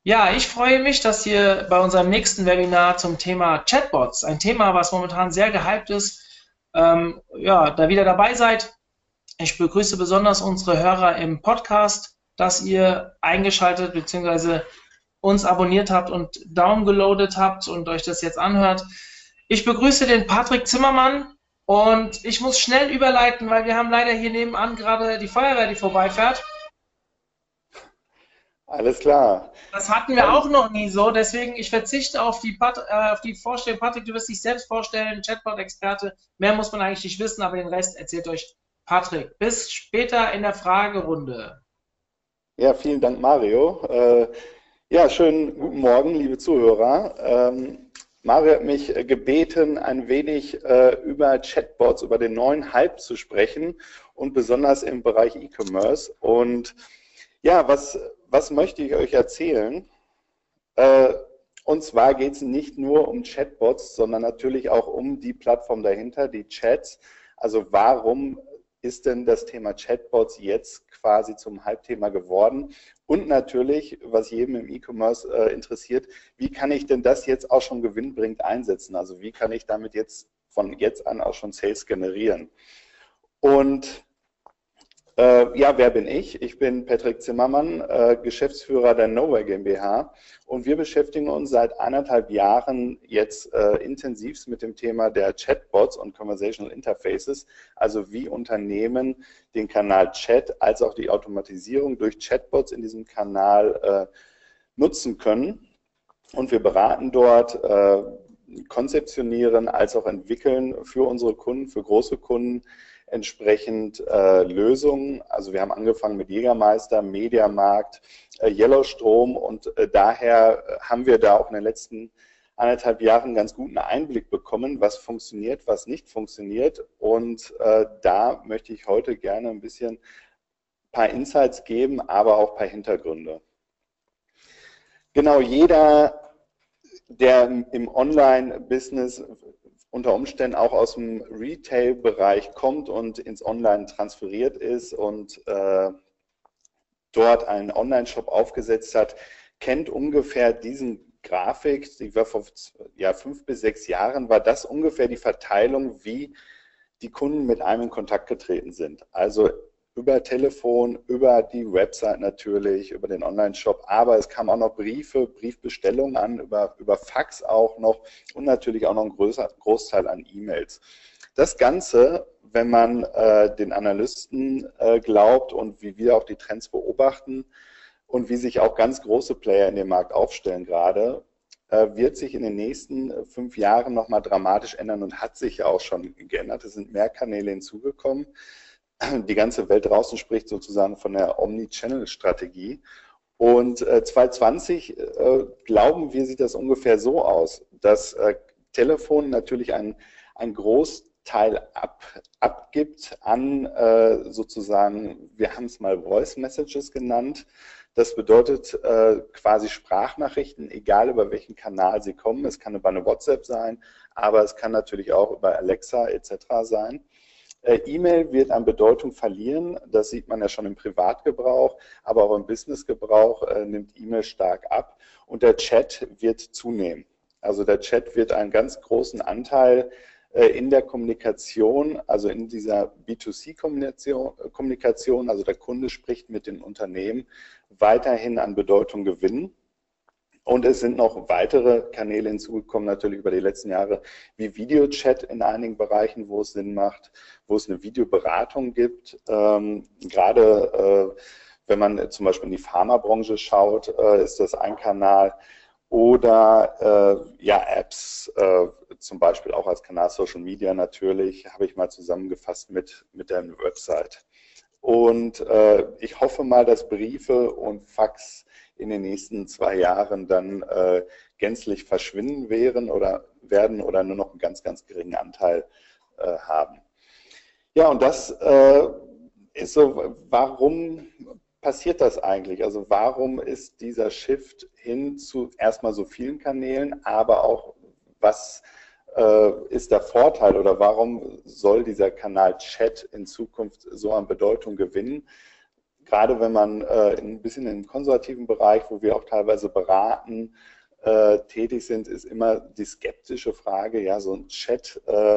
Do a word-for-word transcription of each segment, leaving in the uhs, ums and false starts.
Ja, ich freue mich, dass ihr bei unserem nächsten Webinar zum Thema Chatbots, ein Thema, was momentan sehr gehypt ist, ähm, ja, da wieder dabei seid. Ich begrüße besonders unsere Hörer im Podcast, dass ihr eingeschaltet bzw. uns abonniert habt und downgeloadet habt und euch das jetzt anhört. Ich begrüße den Patrick Zimmermann und ich muss schnell überleiten, weil wir haben leider hier nebenan gerade die Feuerwehr, die vorbeifährt. Alles klar. Das hatten wir auch Dann, noch nie so, deswegen ich verzichte auf die, Pat äh, auf die Vorstellung. Patrick, du wirst dich selbst vorstellen, Chatbot-Experte. Mehr muss man eigentlich nicht wissen, aber den Rest erzählt euch Patrick. Bis später in der Fragerunde. ja, vielen Dank, Mario. Äh, ja, schönen guten Morgen, liebe Zuhörer. Ähm, Mario hat mich äh, gebeten, ein wenig äh, über Chatbots, über den neuen Hype zu sprechen und besonders im Bereich E-Commerce. Und ja, was, was möchte ich euch erzählen? Äh, und zwar geht es nicht nur um Chatbots, sondern natürlich auch um die Plattform dahinter, die Chats. Also warum ist denn das Thema Chatbots jetzt quasi zum Hype-Thema geworden? Und natürlich, was jedem im E-Commerce äh, interessiert, wie kann ich denn das jetzt auch schon gewinnbringend einsetzen? Also wie kann ich damit jetzt von jetzt an auch schon Sales generieren? Und äh, ja, wer bin ich? Ich bin Patrick Zimmermann, äh, Geschäftsführer der Nowhere GmbH, und wir beschäftigen uns seit anderthalb Jahren jetzt äh, intensivst mit dem Thema der Chatbots und Conversational Interfaces, also wie Unternehmen den Kanal Chat als auch die Automatisierung durch Chatbots in diesem Kanal äh, nutzen können. Und wir beraten dort, äh, konzeptionieren als auch entwickeln für unsere Kunden, für große Kunden entsprechend äh, Lösungen. Also wir haben angefangen mit Jägermeister, Mediamarkt, äh, Yellowstrom, und äh, daher haben wir da auch in den letzten anderthalb Jahren einen ganz guten Einblick bekommen, was funktioniert, was nicht funktioniert. Und äh, da möchte ich heute gerne ein bisschen ein paar Insights geben, aber auch ein paar Hintergründe. Genau, jeder, der im Online-Business unter Umständen auch aus dem Retail-Bereich kommt und ins Online transferiert ist und äh, dort einen Online-Shop aufgesetzt hat, kennt ungefähr diesen Grafik, die war vor ja, fünf bis sechs Jahren, war das ungefähr die Verteilung, wie die Kunden mit einem in Kontakt getreten sind. Also über Telefon, über die Website natürlich, über den Online-Shop, aber es kamen auch noch Briefe, Briefbestellungen an, über, über Fax auch noch und natürlich auch noch ein größer, Großteil an E-Mails. Das Ganze, wenn man äh, den Analysten äh, glaubt und wie wir auch die Trends beobachten und wie sich auch ganz große Player in dem Markt aufstellen gerade, äh, wird sich in den nächsten äh, fünf Jahren nochmal dramatisch ändern und hat sich ja auch schon geändert. Es sind mehr Kanäle hinzugekommen. Die ganze Welt draußen spricht sozusagen von der Omni-Channel-Strategie. Und äh, zwanzig zwanzig, äh, glauben wir, sieht das ungefähr so aus, dass äh, Telefon natürlich ein, ein Großteil ab, abgibt an äh, sozusagen, wir haben es mal Voice Messages genannt. Das bedeutet äh, quasi Sprachnachrichten, egal über welchen Kanal sie kommen. Es kann über eine WhatsApp sein, aber es kann natürlich auch über Alexa et cetera sein. Äh, E-Mail wird an Bedeutung verlieren, das sieht man ja schon im Privatgebrauch, aber auch im Businessgebrauch äh, nimmt E-Mail stark ab, und der Chat wird zunehmen. Also der Chat wird einen ganz großen Anteil äh, in der Kommunikation, also in dieser B zwei C-Kommunikation, also der Kunde spricht mit den Unternehmen, weiterhin an Bedeutung gewinnen. Und es sind noch weitere Kanäle hinzugekommen, natürlich über die letzten Jahre, wie Videochat in einigen Bereichen, wo es Sinn macht, wo es eine Videoberatung gibt. Ähm, gerade äh, wenn man zum Beispiel in die Pharmabranche schaut, äh, ist das ein Kanal. Oder äh, ja, Apps, äh, zum Beispiel auch als Kanal Social Media natürlich, habe ich mal zusammengefasst mit, mit der Website. Und äh, ich hoffe mal, dass Briefe und Fax in den nächsten zwei Jahren dann äh, gänzlich verschwinden wären oder werden oder nur noch einen ganz, ganz geringen Anteil äh, haben. Ja, und das äh, ist so, warum passiert das eigentlich? Also warum ist dieser Shift hin zu erstmal so vielen Kanälen, aber auch was äh, ist der Vorteil oder warum soll dieser Kanal Chat in Zukunft so an Bedeutung gewinnen? gerade wenn man äh, ein bisschen im konservativen Bereich, wo wir auch teilweise beraten, äh, tätig sind, ist immer die skeptische Frage, ja, so ein Chat, äh,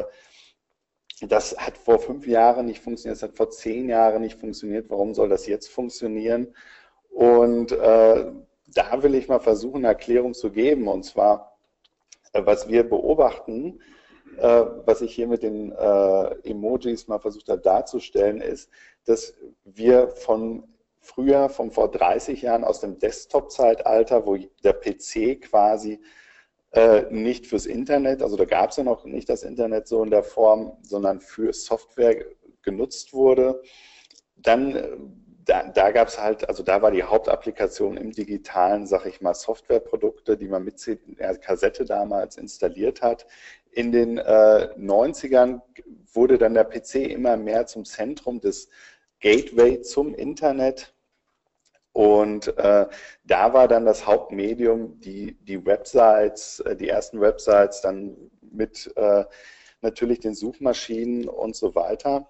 das hat vor fünf Jahren nicht funktioniert, das hat vor zehn Jahren nicht funktioniert, warum soll das jetzt funktionieren? Und äh, da will ich mal versuchen, eine Erklärung zu geben, und zwar, äh, was wir beobachten, äh, was ich hier mit den äh, Emojis mal versucht habe darzustellen, ist, dass wir von früher, von vor dreißig Jahren aus dem Desktop-Zeitalter, wo der P C quasi äh, nicht fürs Internet, also da gab es ja noch nicht das Internet so in der Form, sondern für Software genutzt wurde, dann äh, da, da gab es halt, also da war die Hauptapplikation im Digitalen, sag ich mal, Softwareprodukte, die man mit der Kassette damals installiert hat. In den äh, neunzigern wurde dann der P C immer mehr zum Zentrum des Gateway zum Internet. Und äh, da war dann das Hauptmedium die, die Websites, äh, die ersten Websites dann mit äh, natürlich den Suchmaschinen und so weiter.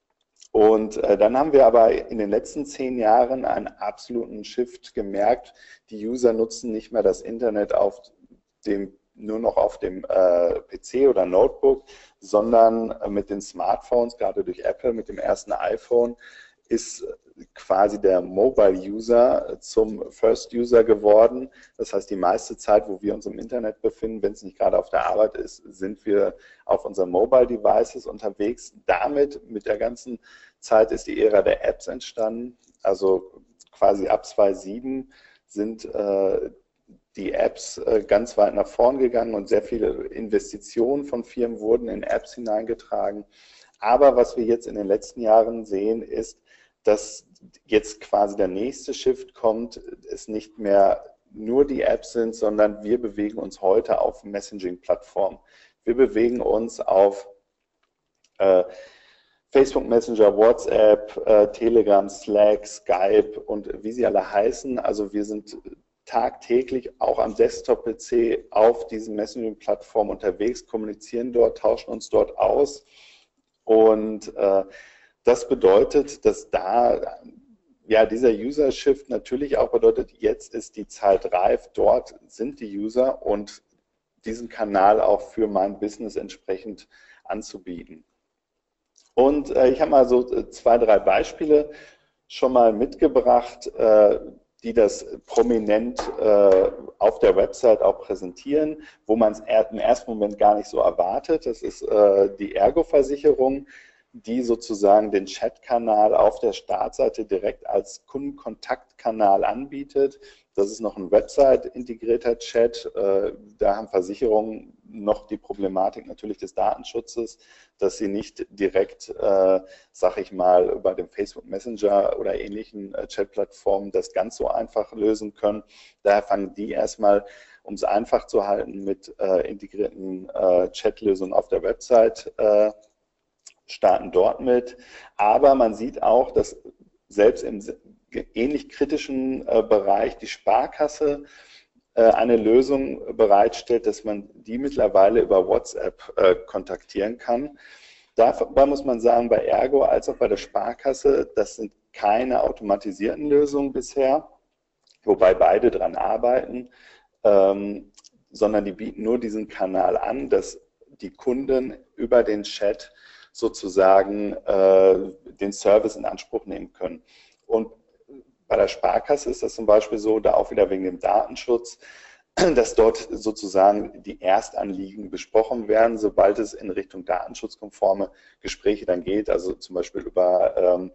Und äh, dann haben wir aber in den letzten zehn Jahren einen absoluten Shift gemerkt. Die User nutzen nicht mehr das Internet auf dem, nur noch auf dem äh, P C oder Notebook, sondern äh, mit den Smartphones, gerade durch Apple, mit dem ersten iPhone, ist quasi der Mobile-User zum First-User geworden. Das heißt, die meiste Zeit, wo wir uns im Internet befinden, wenn es nicht gerade auf der Arbeit ist, sind wir auf unseren Mobile-Devices unterwegs. Damit, mit der ganzen Zeit, ist die Ära der Apps entstanden. Also quasi ab zweitausendsieben sind äh, die Apps äh, ganz weit nach vorn gegangen und sehr viele Investitionen von Firmen wurden in Apps hineingetragen. Aber was wir jetzt in den letzten Jahren sehen, ist, dass jetzt quasi der nächste Shift kommt, es nicht mehr nur die Apps sind, sondern wir bewegen uns heute auf Messaging-Plattformen. Wir bewegen uns auf äh, Facebook Messenger, WhatsApp, äh, Telegram, Slack, Skype und wie sie alle heißen. Also wir sind tagtäglich auch am Desktop-P C auf diesen Messaging-Plattformen unterwegs, kommunizieren dort, tauschen uns dort aus. Und äh, das bedeutet, dass da ja dieser User-Shift natürlich auch bedeutet, jetzt ist die Zeit reif, dort sind die User und diesen Kanal auch für mein Business entsprechend anzubieten. Und äh, ich habe mal so zwei, drei Beispiele schon mal mitgebracht, äh, die das prominent äh, auf der Website auch präsentieren, wo man es im ersten Moment gar nicht so erwartet. Das ist äh, die Ergo-Versicherung, die sozusagen den Chatkanal auf der Startseite direkt als Kundenkontaktkanal anbietet. Das ist noch ein Website-integrierter Chat. Da haben Versicherungen noch die Problematik natürlich des Datenschutzes, dass sie nicht direkt, äh, sag ich mal, über den Facebook Messenger oder ähnlichen äh, Chat-Plattformen das ganz so einfach lösen können. Daher fangen die erstmal, um es einfach zu halten, mit äh, integrierten äh, Chat-Lösungen auf der Website äh, starten dort mit. Aber man sieht auch, dass selbst im ähnlich kritischen äh, Bereich die Sparkasse äh, eine Lösung bereitstellt, dass man die mittlerweile über WhatsApp äh, kontaktieren kann. Dabei muss man sagen, bei Ergo als auch bei der Sparkasse, das sind keine automatisierten Lösungen bisher, wobei beide dran arbeiten, ähm, sondern die bieten nur diesen Kanal an, dass die Kunden über den Chat sozusagen äh, den Service in Anspruch nehmen können. Und bei der Sparkasse ist das zum Beispiel so, da auch wieder wegen dem Datenschutz, dass dort sozusagen die Erstanliegen besprochen werden, sobald es in Richtung datenschutzkonforme Gespräche dann geht, also zum Beispiel über ähm,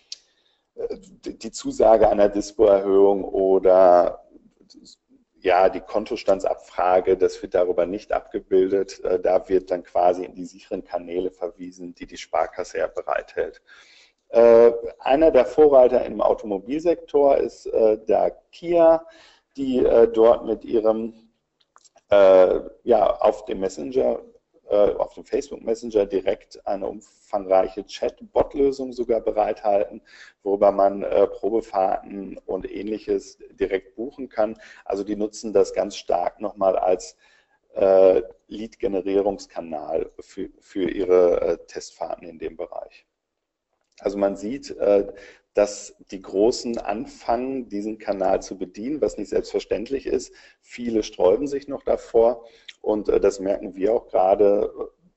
die Zusage einer Dispo-Erhöhung oder ja, die Kontostandsabfrage, das wird darüber nicht abgebildet. Da wird dann quasi in die sicheren Kanäle verwiesen, die die Sparkasse ja bereithält. Äh, einer der Vorreiter im Automobilsektor ist äh, der Kia, die äh, dort mit ihrem, äh, ja, auf dem Messenger, äh, auf dem Facebook Messenger direkt eine umfangreiche Chat-Bot-Lösung sogar bereithalten, worüber man äh, Probefahrten und Ähnliches direkt buchen kann. Also die nutzen das ganz stark nochmal als äh, Lead-Generierungskanal für, für ihre äh, Testfahrten in dem Bereich. Also man sieht, äh, dass die Großen anfangen, diesen Kanal zu bedienen, was nicht selbstverständlich ist. Viele sträuben sich noch davor und äh, das merken wir auch gerade,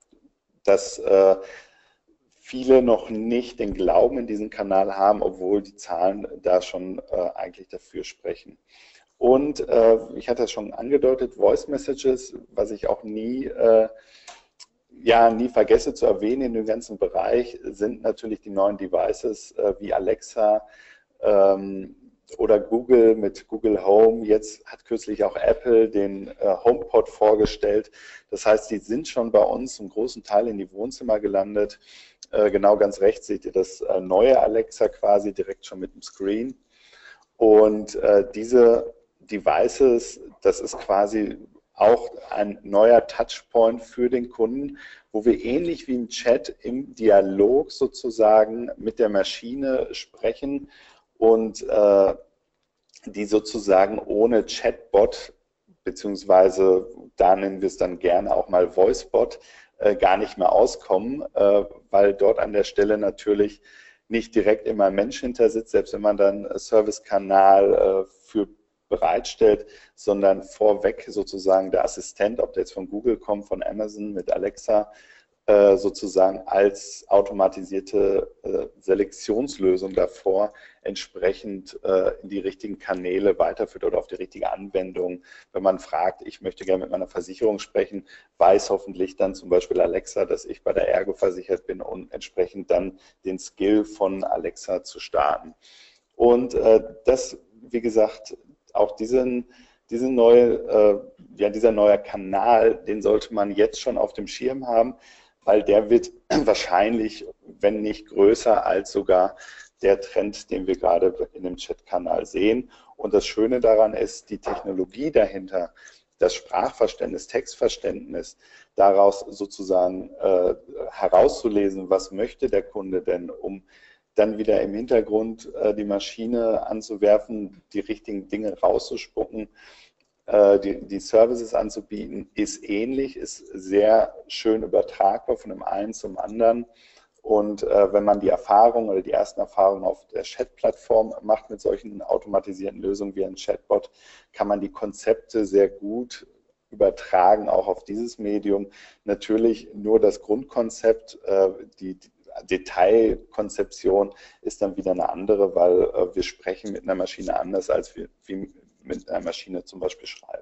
dass äh, viele noch nicht den Glauben in diesen Kanal haben, obwohl die Zahlen da schon äh, eigentlich dafür sprechen. Und äh, ich hatte es schon angedeutet, Voice Messages, was ich auch nie, äh, ja, nie vergesse zu erwähnen in dem ganzen Bereich, sind natürlich die neuen Devices äh, wie Alexa ähm, oder Google mit Google Home. Jetzt hat kürzlich auch Apple den äh, HomePod vorgestellt. Das heißt, die sind schon bei uns zum großen Teil in die Wohnzimmer gelandet. Äh, genau ganz rechts seht ihr das äh, neue Alexa quasi direkt schon mit dem Screen. Und äh, diese Devices, das ist quasi auch ein neuer Touchpoint für den Kunden, wo wir ähnlich wie im Chat im Dialog sozusagen mit der Maschine sprechen und äh, die sozusagen ohne Chatbot, beziehungsweise da nennen wir es dann gerne auch mal Voicebot, äh, gar nicht mehr auskommen, äh, weil dort an der Stelle natürlich nicht direkt immer ein Mensch hinter sitzt, selbst wenn man dann einen Servicekanal äh, für bereitstellt, sondern vorweg sozusagen der Assistent, ob der jetzt von Google kommt, von Amazon mit Alexa, äh, sozusagen als automatisierte äh, Selektionslösung davor entsprechend äh, in die richtigen Kanäle weiterführt oder auf die richtige Anwendung. Wenn man fragt, ich möchte gerne mit meiner Versicherung sprechen, weiß hoffentlich dann zum Beispiel Alexa, dass ich bei der Ergo versichert bin und entsprechend dann den Skill von Alexa zu starten. Und äh, das, wie gesagt, auch diesen, diesen neue, äh, ja, dieser neue Kanal, den sollte man jetzt schon auf dem Schirm haben, weil der wird wahrscheinlich, wenn nicht größer als sogar der Trend, den wir gerade in dem Chat-Kanal sehen. Und das Schöne daran ist, die Technologie dahinter, das Sprachverständnis, Textverständnis, daraus sozusagen äh, herauszulesen, was möchte der Kunde denn, um dann wieder im Hintergrund äh, die Maschine anzuwerfen, die richtigen Dinge rauszuspucken, äh, die, die Services anzubieten, ist ähnlich, ist sehr schön übertragbar von dem einen zum anderen. Und äh, wenn man die Erfahrung oder die ersten Erfahrungen auf der Chat-Plattform macht mit solchen automatisierten Lösungen wie ein Chatbot, kann man die Konzepte sehr gut übertragen, auch auf dieses Medium. Natürlich nur das Grundkonzept, äh, die, die Detailkonzeption ist dann wieder eine andere, weil äh, wir sprechen mit einer Maschine anders, als wir wie mit einer Maschine zum Beispiel schreiben.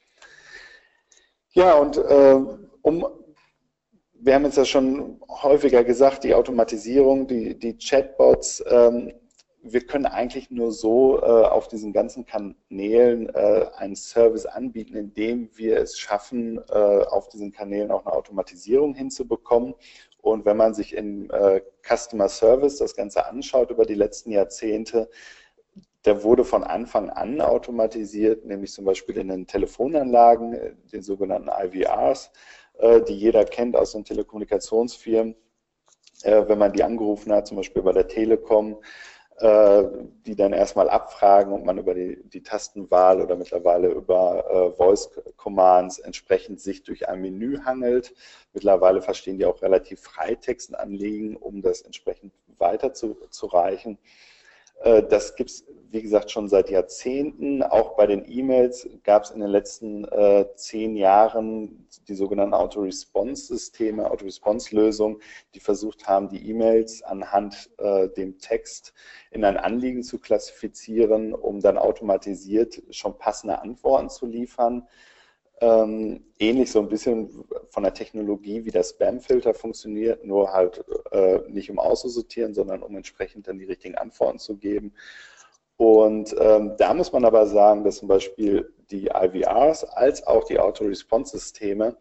Ja, und äh, um, wir haben jetzt ja schon häufiger gesagt, die Automatisierung, die, die Chatbots, ähm, wir können eigentlich nur so äh, auf diesen ganzen Kanälen äh, einen Service anbieten, indem wir es schaffen, äh, auf diesen Kanälen auch eine Automatisierung hinzubekommen. Und wenn man sich in äh, Customer Service das Ganze anschaut über die letzten Jahrzehnte, der wurde von Anfang an automatisiert, nämlich zum Beispiel in den Telefonanlagen, den sogenannten I V Rs, äh, die jeder kennt aus den Telekommunikationsfirmen. Äh, wenn man die angerufen hat, zum Beispiel bei der Telekom, äh, die dann erstmal abfragen und man über die, die Tastenwahl oder mittlerweile über äh, Voice Commands entsprechend sich durch ein Menü hangelt. Mittlerweile verstehen die auch relativ Freitextanliegen, um das entsprechend weiterzureichen. Äh, das gibt es, wie gesagt, schon seit Jahrzehnten. Auch bei den E-Mails gab es in den letzten äh, zehn Jahren die sogenannten Auto-Response-Systeme, Auto-Response-Lösungen, die versucht haben, die E-Mails anhand äh, dem Text in ein Anliegen zu klassifizieren, um dann automatisiert schon passende Antworten zu liefern. Ähm, ähnlich so ein bisschen von der Technologie, wie der Spam-Filter funktioniert, nur halt äh, nicht um auszusortieren, sondern um entsprechend dann die richtigen Antworten zu geben. Und ähm, da muss man aber sagen, dass zum Beispiel die I V Rs als auch die Auto-Response-Systeme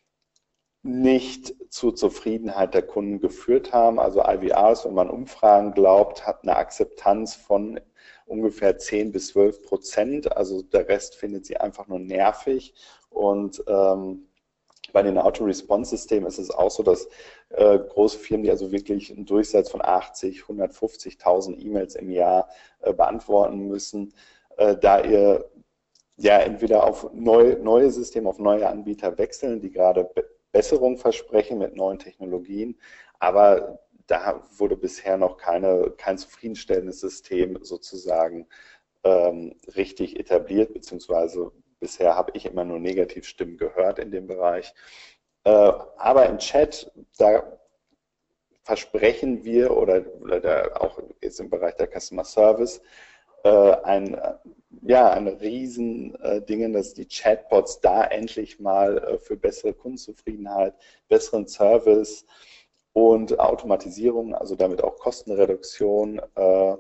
nicht zur Zufriedenheit der Kunden geführt haben. Also I V Rs, wenn man Umfragen glaubt, hat eine Akzeptanz von ungefähr zehn bis zwölf Prozent. Also der Rest findet sie einfach nur nervig. Und ähm, bei den Auto-Response-Systemen ist es auch so, dass äh, große Firmen, die also wirklich einen Durchsatz von achtzig, hundertfünfzigtausend E-Mails im Jahr äh, beantworten müssen, äh, da ihr ja entweder auf neu, neue Systeme, auf neue Anbieter wechseln, die gerade Be Besserung versprechen mit neuen Technologien, aber da wurde bisher noch keine, kein zufriedenstellendes System sozusagen ähm, richtig etabliert, beziehungsweise bisher habe ich immer nur Negativstimmen gehört in dem Bereich. Äh, aber im Chat, da versprechen wir, oder, oder da auch jetzt im Bereich der Customer Service, äh, ein, ja, ein riesen äh, Ding, dass die Chatbots da endlich mal äh, für bessere Kundenzufriedenheit, besseren Service und Automatisierung, also damit auch Kostenreduktion, äh,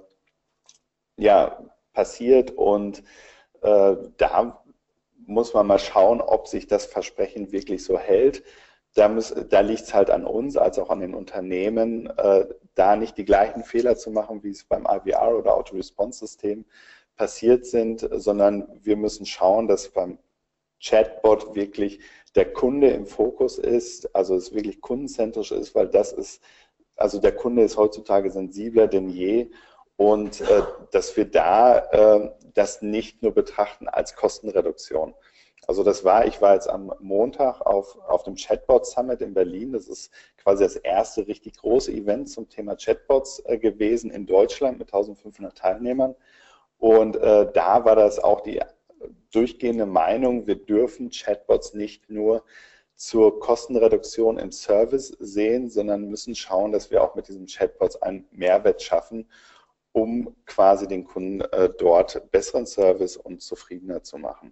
ja, passiert. Und äh, da muss man mal schauen, ob sich das Versprechen wirklich so hält. Da, da liegt es halt an uns, als auch an den Unternehmen, äh, da nicht die gleichen Fehler zu machen, wie es beim I V R oder Auto-Response-System passiert sind, sondern wir müssen schauen, dass beim Chatbot wirklich der Kunde im Fokus ist, also es wirklich kundenzentrisch ist, weil das ist, also der Kunde ist heutzutage sensibler denn je, und äh, dass wir da äh, das nicht nur betrachten als Kostenreduktion. Also das war, ich war jetzt am Montag auf, auf dem Chatbot Summit in Berlin. Das ist quasi das erste richtig große Event zum Thema Chatbots äh, gewesen in Deutschland mit eintausendfünfhundert Teilnehmern. Und äh, da war das auch die durchgehende Meinung, wir dürfen Chatbots nicht nur zur Kostenreduktion im Service sehen, sondern müssen schauen, dass wir auch mit diesen Chatbots einen Mehrwert schaffen, um quasi den Kunden äh, dort besseren Service und zufriedener zu machen.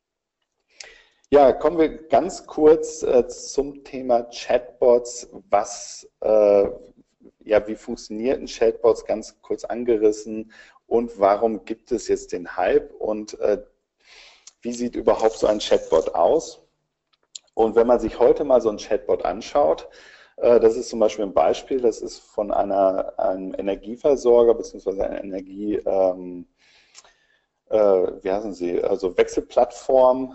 Ja, kommen wir ganz kurz äh, zum Thema Chatbots. Was, äh, ja, wie funktionieren Chatbots? Ganz kurz angerissen. Und warum gibt es jetzt den Hype? Und äh, wie sieht überhaupt so ein Chatbot aus? Und wenn man sich heute mal so ein Chatbot anschaut, äh, das ist zum Beispiel ein Beispiel, das ist von einer, einem Energieversorger bzw. einer Energie, ähm, äh, wie heißen sie, also Wechselplattform,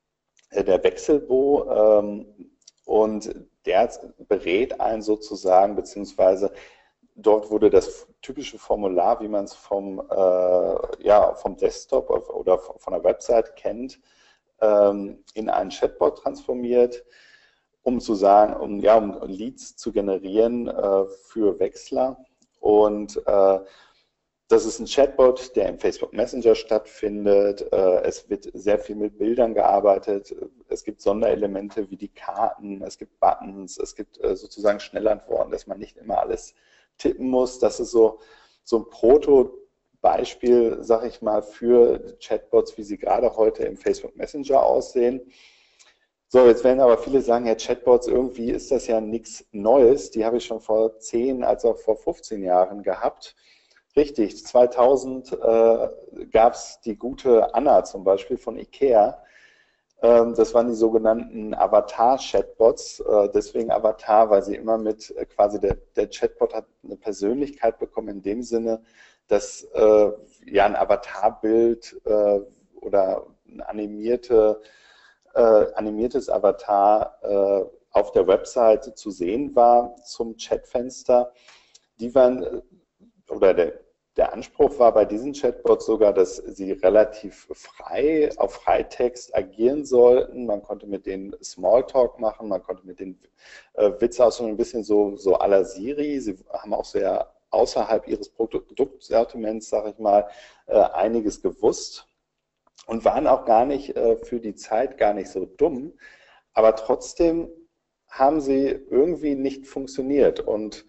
der Wechselbo, ähm, und der berät einen sozusagen, beziehungsweise dort wurde das typische Formular, wie man es vom, äh, ja, vom Desktop oder von der Website kennt, ähm, in einen Chatbot transformiert, um zu sagen, um, ja, um Leads zu generieren äh, für Wechsler. Und äh, das ist ein Chatbot, der im Facebook Messenger stattfindet. Es wird sehr viel mit Bildern gearbeitet. Es gibt Sonderelemente wie die Karten, es gibt Buttons, es gibt sozusagen Schnellantworten, dass man nicht immer alles tippen muss. Das ist so, so ein Proto-Beispiel, sag ich mal, für Chatbots, wie sie gerade heute im Facebook Messenger aussehen. So, jetzt werden aber viele sagen, ja, Chatbots, irgendwie ist das ja nichts Neues. Die habe ich schon vor zehn als auch vor fünfzehn Jahren gehabt. Richtig, zweitausend äh, gab es die gute Anna zum Beispiel von IKEA. Ähm, das waren die sogenannten Avatar-Chatbots. Äh, deswegen Avatar, weil sie immer mit, äh, quasi der, der Chatbot hat eine Persönlichkeit bekommen in dem Sinne, dass äh, ja ein Avatarbild äh, oder ein animierte, äh, animiertes Avatar äh, auf der Website zu sehen war zum Chatfenster. Die waren oder der, der Anspruch war bei diesen Chatbots sogar, dass sie relativ frei auf Freitext agieren sollten. Man konnte mit denen Smalltalk machen, man konnte mit denen äh, Witze aus, so ein bisschen so, so à la Siri. Sie haben auch sehr außerhalb ihres Produktsortiments, sage ich mal, äh, einiges gewusst und waren auch gar nicht äh, für die Zeit gar nicht so dumm. Aber trotzdem haben sie irgendwie nicht funktioniert. Und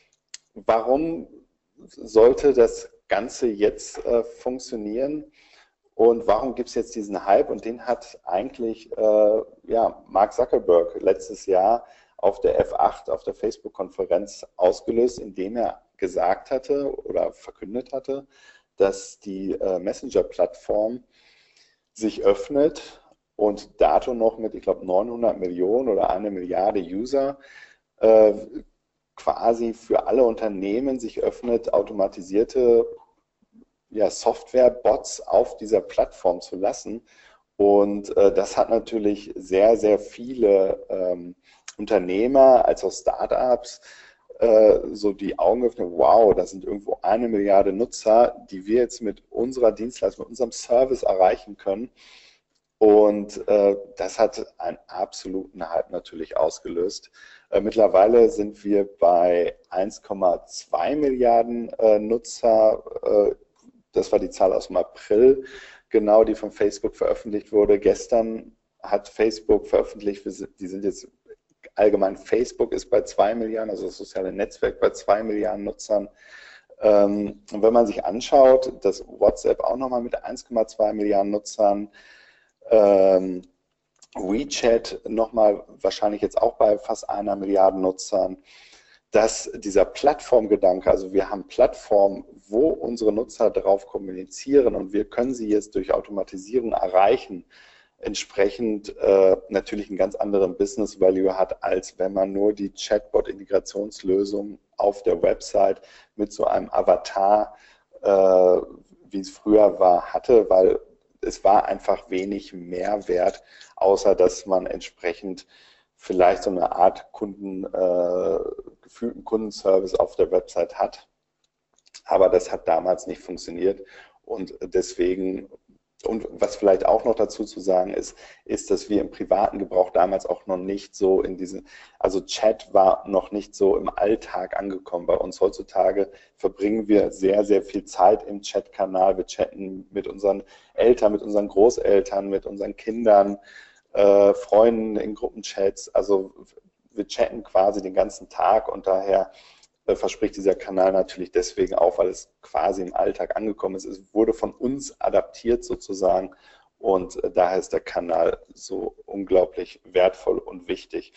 warum sollte das Ganze jetzt äh, funktionieren und warum gibt es jetzt diesen Hype? Und den hat eigentlich äh, ja, Mark Zuckerberg letztes Jahr auf der F acht, auf der Facebook-Konferenz ausgelöst, indem er gesagt hatte oder verkündet hatte, dass die äh, Messenger-Plattform sich öffnet und dato noch mit, ich glaube, neunhundert Millionen oder eine Milliarde User äh, quasi für alle Unternehmen sich öffnet, automatisierte ja, Software-Bots auf dieser Plattform zu lassen. Und äh, das hat natürlich sehr, sehr viele ähm, Unternehmer als auch Startups äh, so die Augen geöffnet, wow, da sind irgendwo eine Milliarde Nutzer, die wir jetzt mit unserer Dienstleistung, mit unserem Service erreichen können. Und äh, das hat einen absoluten Hype natürlich ausgelöst. Äh, mittlerweile sind wir bei eins Komma zwei Milliarden äh, Nutzer. Äh, das war die Zahl aus dem April, genau, die von Facebook veröffentlicht wurde. Gestern hat Facebook veröffentlicht, wir sind, die sind jetzt allgemein, Facebook ist bei zwei Milliarden, also das soziale Netzwerk bei zwei Milliarden Nutzern. Ähm, und wenn man sich anschaut, dass WhatsApp auch nochmal mit eins Komma zwei Milliarden Nutzern, ähm, WeChat nochmal wahrscheinlich jetzt auch bei fast einer Milliarde Nutzern, dass dieser Plattformgedanke, also wir haben Plattformen, wo unsere Nutzer darauf kommunizieren und wir können sie jetzt durch Automatisierung erreichen, entsprechend äh, natürlich einen ganz anderen Business Value hat, als wenn man nur die Chatbot-Integrationslösung auf der Website mit so einem Avatar, äh, wie es früher war, hatte, weil es war einfach wenig Mehrwert, außer dass man entsprechend vielleicht so eine Art Kunden, äh, gefühlten Kundenservice auf der Website hat. Aber das hat damals nicht funktioniert und deswegen, und was vielleicht auch noch dazu zu sagen ist, ist, dass wir im privaten Gebrauch damals auch noch nicht so in diesen, also Chat war noch nicht so im Alltag angekommen bei uns. Heutzutage verbringen wir sehr, sehr viel Zeit im Chatkanal. Wir chatten mit unseren Eltern, mit unseren Großeltern, mit unseren Kindern, äh, Freunden in Gruppenchats. Also wir chatten quasi den ganzen Tag und daher verspricht dieser Kanal natürlich deswegen auch, weil es quasi im Alltag angekommen ist. Es wurde von uns adaptiert sozusagen und daher ist der Kanal so unglaublich wertvoll und wichtig.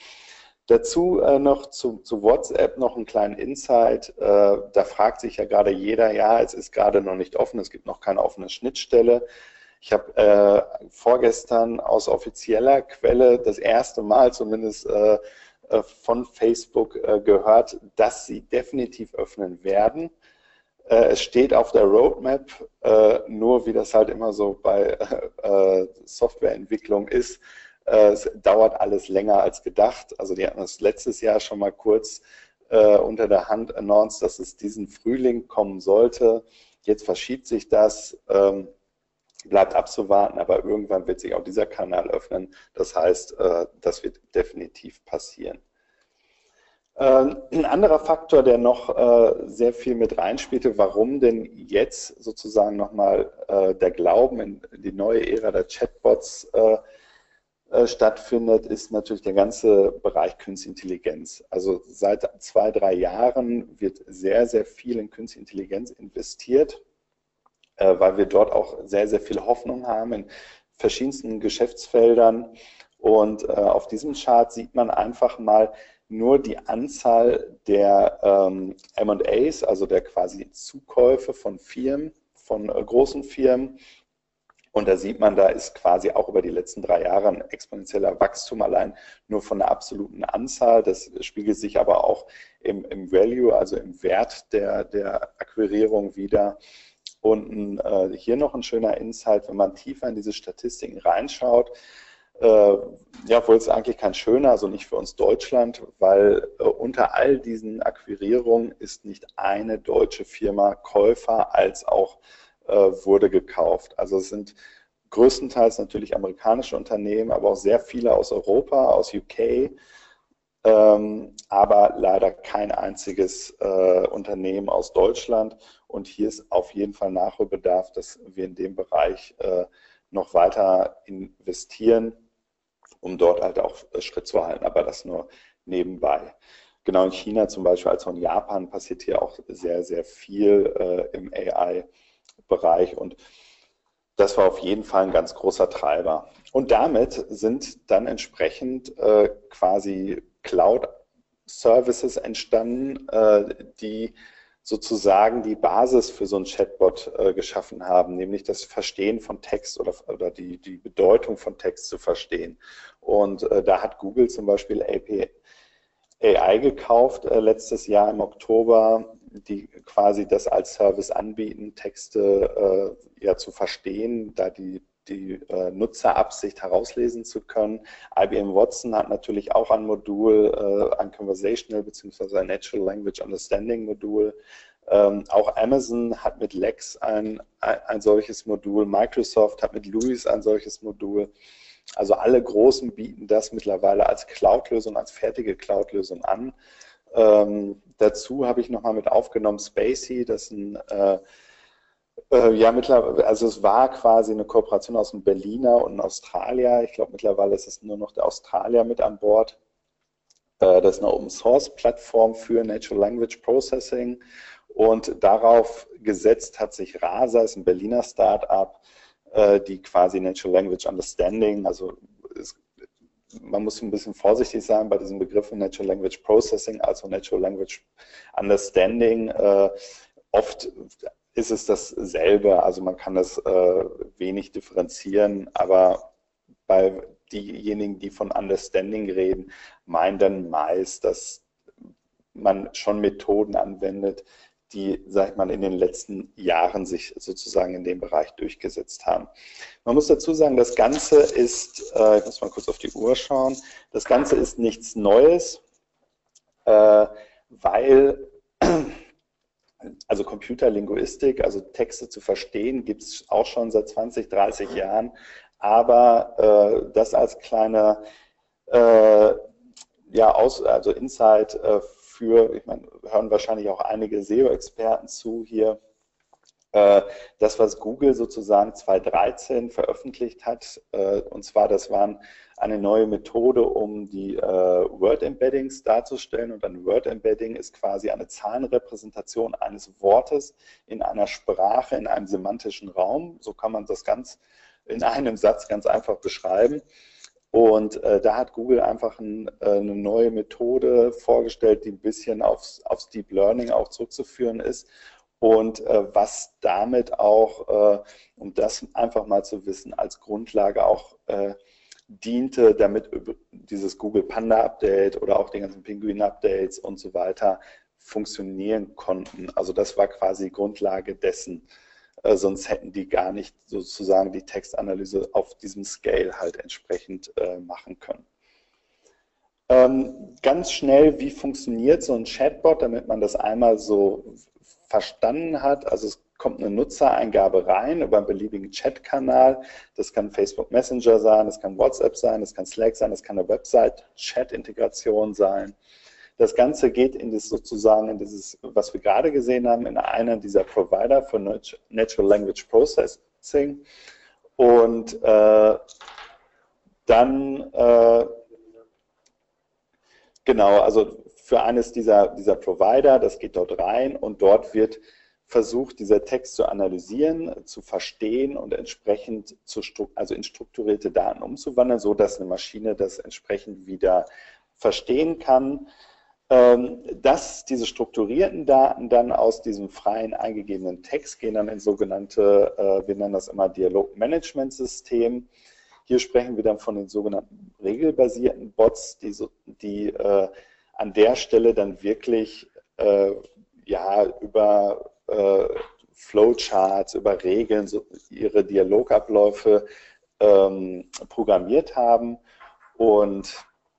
Dazu äh, noch zu, zu WhatsApp noch einen kleinen Insight. Äh, da fragt sich ja gerade jeder, ja, es ist gerade noch nicht offen, es gibt noch keine offene Schnittstelle. Ich habe äh, vorgestern aus offizieller Quelle das erste Mal zumindest äh, von Facebook äh, gehört, dass sie definitiv öffnen werden. Äh, es steht auf der Roadmap, äh, nur wie das halt immer so bei äh, Softwareentwicklung ist, äh, es dauert alles länger als gedacht. Also die hatten das letztes Jahr schon mal kurz äh, unter der Hand announced, dass es diesen Frühling kommen sollte. Jetzt verschiebt sich das. Ähm, Bleibt abzuwarten, aber irgendwann wird sich auch dieser Kanal öffnen. Das heißt, das wird definitiv passieren. Ein anderer Faktor, der noch sehr viel mit reinspielte, warum denn jetzt sozusagen nochmal der Glauben in die neue Ära der Chatbots stattfindet, ist natürlich der ganze Bereich Künstliche Intelligenz. Also seit zwei, drei Jahren wird sehr, sehr viel in Künstliche Intelligenz investiert, weil wir dort auch sehr, sehr viel Hoffnung haben in verschiedensten Geschäftsfeldern. Und äh, auf diesem Chart sieht man einfach mal nur die Anzahl der ähm, M und As, also der quasi Zukäufe von Firmen, von äh, großen Firmen. Und da sieht man, da ist quasi auch über die letzten drei Jahre ein exponentieller Wachstum allein nur von der absoluten Anzahl. Das spiegelt sich aber auch im, im Value, also im Wert der, der Akquirierung wieder. Und äh, hier noch ein schöner Insight, wenn man tiefer in diese Statistiken reinschaut, äh, ja, obwohl es eigentlich kein schöner, also nicht für uns Deutschland, weil äh, unter all diesen Akquirierungen ist nicht eine deutsche Firma Käufer als auch äh, wurde gekauft. Also es sind größtenteils natürlich amerikanische Unternehmen, aber auch sehr viele aus Europa, aus U K, Ähm, aber leider kein einziges äh, Unternehmen aus Deutschland. Und hier ist auf jeden Fall Nachholbedarf, dass wir in dem Bereich äh, noch weiter investieren, um dort halt auch Schritt zu halten, aber das nur nebenbei. Genau in China zum Beispiel, als auch in Japan passiert hier auch sehr, sehr viel äh, im A I-Bereich und das war auf jeden Fall ein ganz großer Treiber. Und damit sind dann entsprechend äh, quasi Cloud-Services entstanden, äh, die sozusagen die Basis für so ein Chatbot äh, geschaffen haben, nämlich das Verstehen von Text oder, oder die, die Bedeutung von Text zu verstehen. Und äh, da hat Google zum Beispiel A I gekauft äh, letztes Jahr im Oktober, die quasi das als Service anbieten, Texte äh, ja zu verstehen, da die die äh, Nutzerabsicht herauslesen zu können. I B M Watson hat natürlich auch ein Modul, äh, ein Conversational bzw. ein Natural Language Understanding Modul. Ähm, auch Amazon hat mit Lex ein, ein, ein solches Modul. Microsoft hat mit Louis ein solches Modul. Also alle Großen bieten das mittlerweile als Cloud-Lösung, als fertige Cloud-Lösung an. Ähm, dazu habe ich nochmal mit aufgenommen Spacey, das ist ein, äh, äh, ja, mittlerweile, also es war quasi eine Kooperation aus einem Berliner und einem Australier. Ich glaube, mittlerweile ist es nur noch der Australier mit an Bord. Äh, das ist eine Open-Source-Plattform für Natural Language Processing und darauf gesetzt hat sich Rasa, ist ein Berliner Start-up, äh, die quasi Natural Language Understanding, also es, man muss ein bisschen vorsichtig sein bei diesen Begriffen Natural Language Processing, also Natural Language Understanding. Äh, oft ist es dasselbe, also man kann das äh, wenig differenzieren, aber bei diejenigen, die von Understanding reden, meinen dann meist, dass man schon Methoden anwendet, die, sag ich mal, in den letzten Jahren sich sozusagen in dem Bereich durchgesetzt haben. Man muss dazu sagen, das Ganze ist, äh, ich muss mal kurz auf die Uhr schauen, das Ganze ist nichts Neues, äh, weil, also Computerlinguistik, also Texte zu verstehen, gibt es auch schon seit zwanzig, dreißig Jahren, aber äh, das als kleiner äh, ja, aus, also Insight äh, für, ich meine, hören wahrscheinlich auch einige S E O-Experten zu hier, äh, das, was Google sozusagen zweitausenddreizehn veröffentlicht hat, äh, und zwar, das war eine neue Methode, um die äh, Word-Embeddings darzustellen, und ein Word-Embedding ist quasi eine Zahlenrepräsentation eines Wortes in einer Sprache, in einem semantischen Raum, so kann man das ganz in einem Satz ganz einfach beschreiben. Und äh, da hat Google einfach ein, äh, eine neue Methode vorgestellt, die ein bisschen aufs, aufs Deep Learning auch zurückzuführen ist. Und äh, was damit auch, äh, um das einfach mal zu wissen, als Grundlage auch äh, diente, damit dieses Google Panda Update oder auch die ganzen Pinguin Updates und so weiter funktionieren konnten. Also das war quasi die Grundlage dessen. Äh, sonst hätten die gar nicht sozusagen die Textanalyse auf diesem Scale halt entsprechend äh, machen können. Ähm, ganz schnell, wie funktioniert so ein Chatbot, damit man das einmal so verstanden hat. Also es kommt eine Nutzereingabe rein über einen beliebigen Chatkanal. Das kann Facebook Messenger sein, das kann WhatsApp sein, das kann Slack sein, das kann eine Website-Chat-Integration sein. Das Ganze geht in das sozusagen, in dieses, was wir gerade gesehen haben, in einen dieser Provider für Natural Language Processing. Und äh, dann, äh, genau, also für eines dieser, dieser Provider, das geht dort rein und dort wird versucht, dieser Text zu analysieren, zu verstehen und entsprechend zu, also in strukturierte Daten umzuwandeln, sodass eine Maschine das entsprechend wieder verstehen kann. Dass diese strukturierten Daten dann aus diesem freien eingegebenen Text gehen dann in sogenannte, wir nennen das immer Dialogmanagementsystem. Hier sprechen wir dann von den sogenannten regelbasierten Bots, die, so, die äh, an der Stelle dann wirklich äh, ja, über äh, Flowcharts, über Regeln so ihre Dialogabläufe ähm, programmiert haben und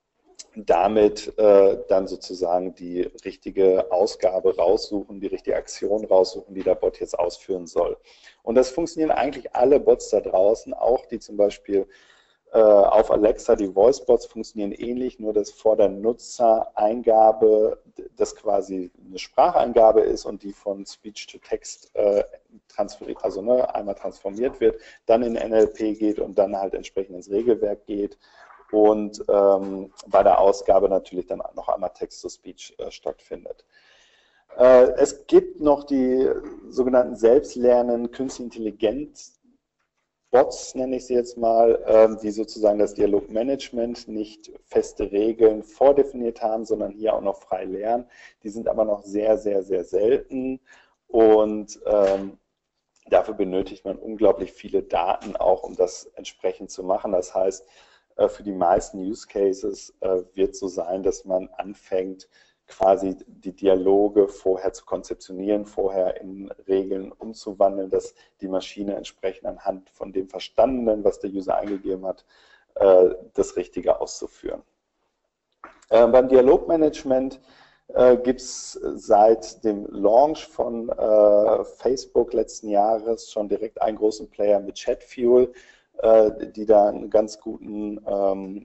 damit äh, dann sozusagen die richtige Ausgabe raussuchen, die richtige Aktion raussuchen, die der Bot jetzt ausführen soll. Und das funktionieren eigentlich alle Bots da draußen, auch die zum Beispiel äh, auf Alexa, die Voice-Bots funktionieren ähnlich, nur dass vor der Nutzereingabe das quasi eine Spracheingabe ist und die von Speech to Text äh, transferiert, also ne, einmal transformiert wird, dann in N L P geht und dann halt entsprechend ins Regelwerk geht. Und ähm, bei der Ausgabe natürlich dann noch einmal Text-to-Speech äh, stattfindet. Äh, es gibt noch die sogenannten selbstlernenden künstliche Intelligenz-Bots, nenne ich sie jetzt mal, äh, die sozusagen das Dialogmanagement nicht feste Regeln vordefiniert haben, sondern hier auch noch frei lernen. Die sind aber noch sehr, sehr, sehr selten und ähm, dafür benötigt man unglaublich viele Daten auch, um das entsprechend zu machen. Das heißt, für die meisten Use Cases äh, wird so sein, dass man anfängt, quasi die Dialoge vorher zu konzeptionieren, vorher in Regeln umzuwandeln, dass die Maschine entsprechend anhand von dem Verstandenen, was der User eingegeben hat, äh, das Richtige auszuführen. Äh, beim Dialogmanagement äh, gibt es seit dem Launch von äh, Facebook letzten Jahres schon direkt einen großen Player mit Chatfuel. die da einen ganz guten ähm,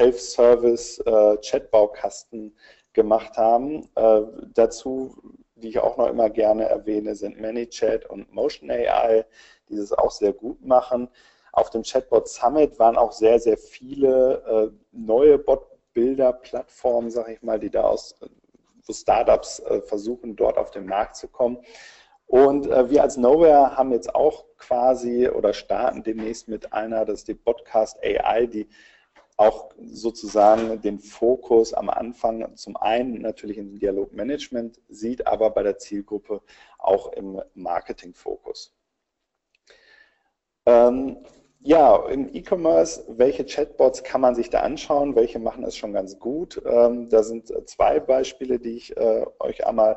Self-Service-Chatbaukasten gemacht haben. Äh, dazu, die ich auch noch immer gerne erwähne, sind ManyChat und Motion A I, die das auch sehr gut machen. Auf dem Chatbot Summit waren auch sehr, sehr viele äh, neue Bot-Bilder-Plattformen, sage ich mal, die da aus, wo Startups äh, versuchen, dort auf den Markt zu kommen. Und äh, wir als Nowhere haben jetzt auch quasi oder starten demnächst mit einer, das ist die Podcast A I, die auch sozusagen den Fokus am Anfang zum einen natürlich im Dialogmanagement sieht, aber bei der Zielgruppe auch im Marketingfokus. Ähm, ja, im E-Commerce, welche Chatbots kann man sich da anschauen? Welche machen es schon ganz gut? Ähm, da sind zwei Beispiele, die ich äh, euch einmal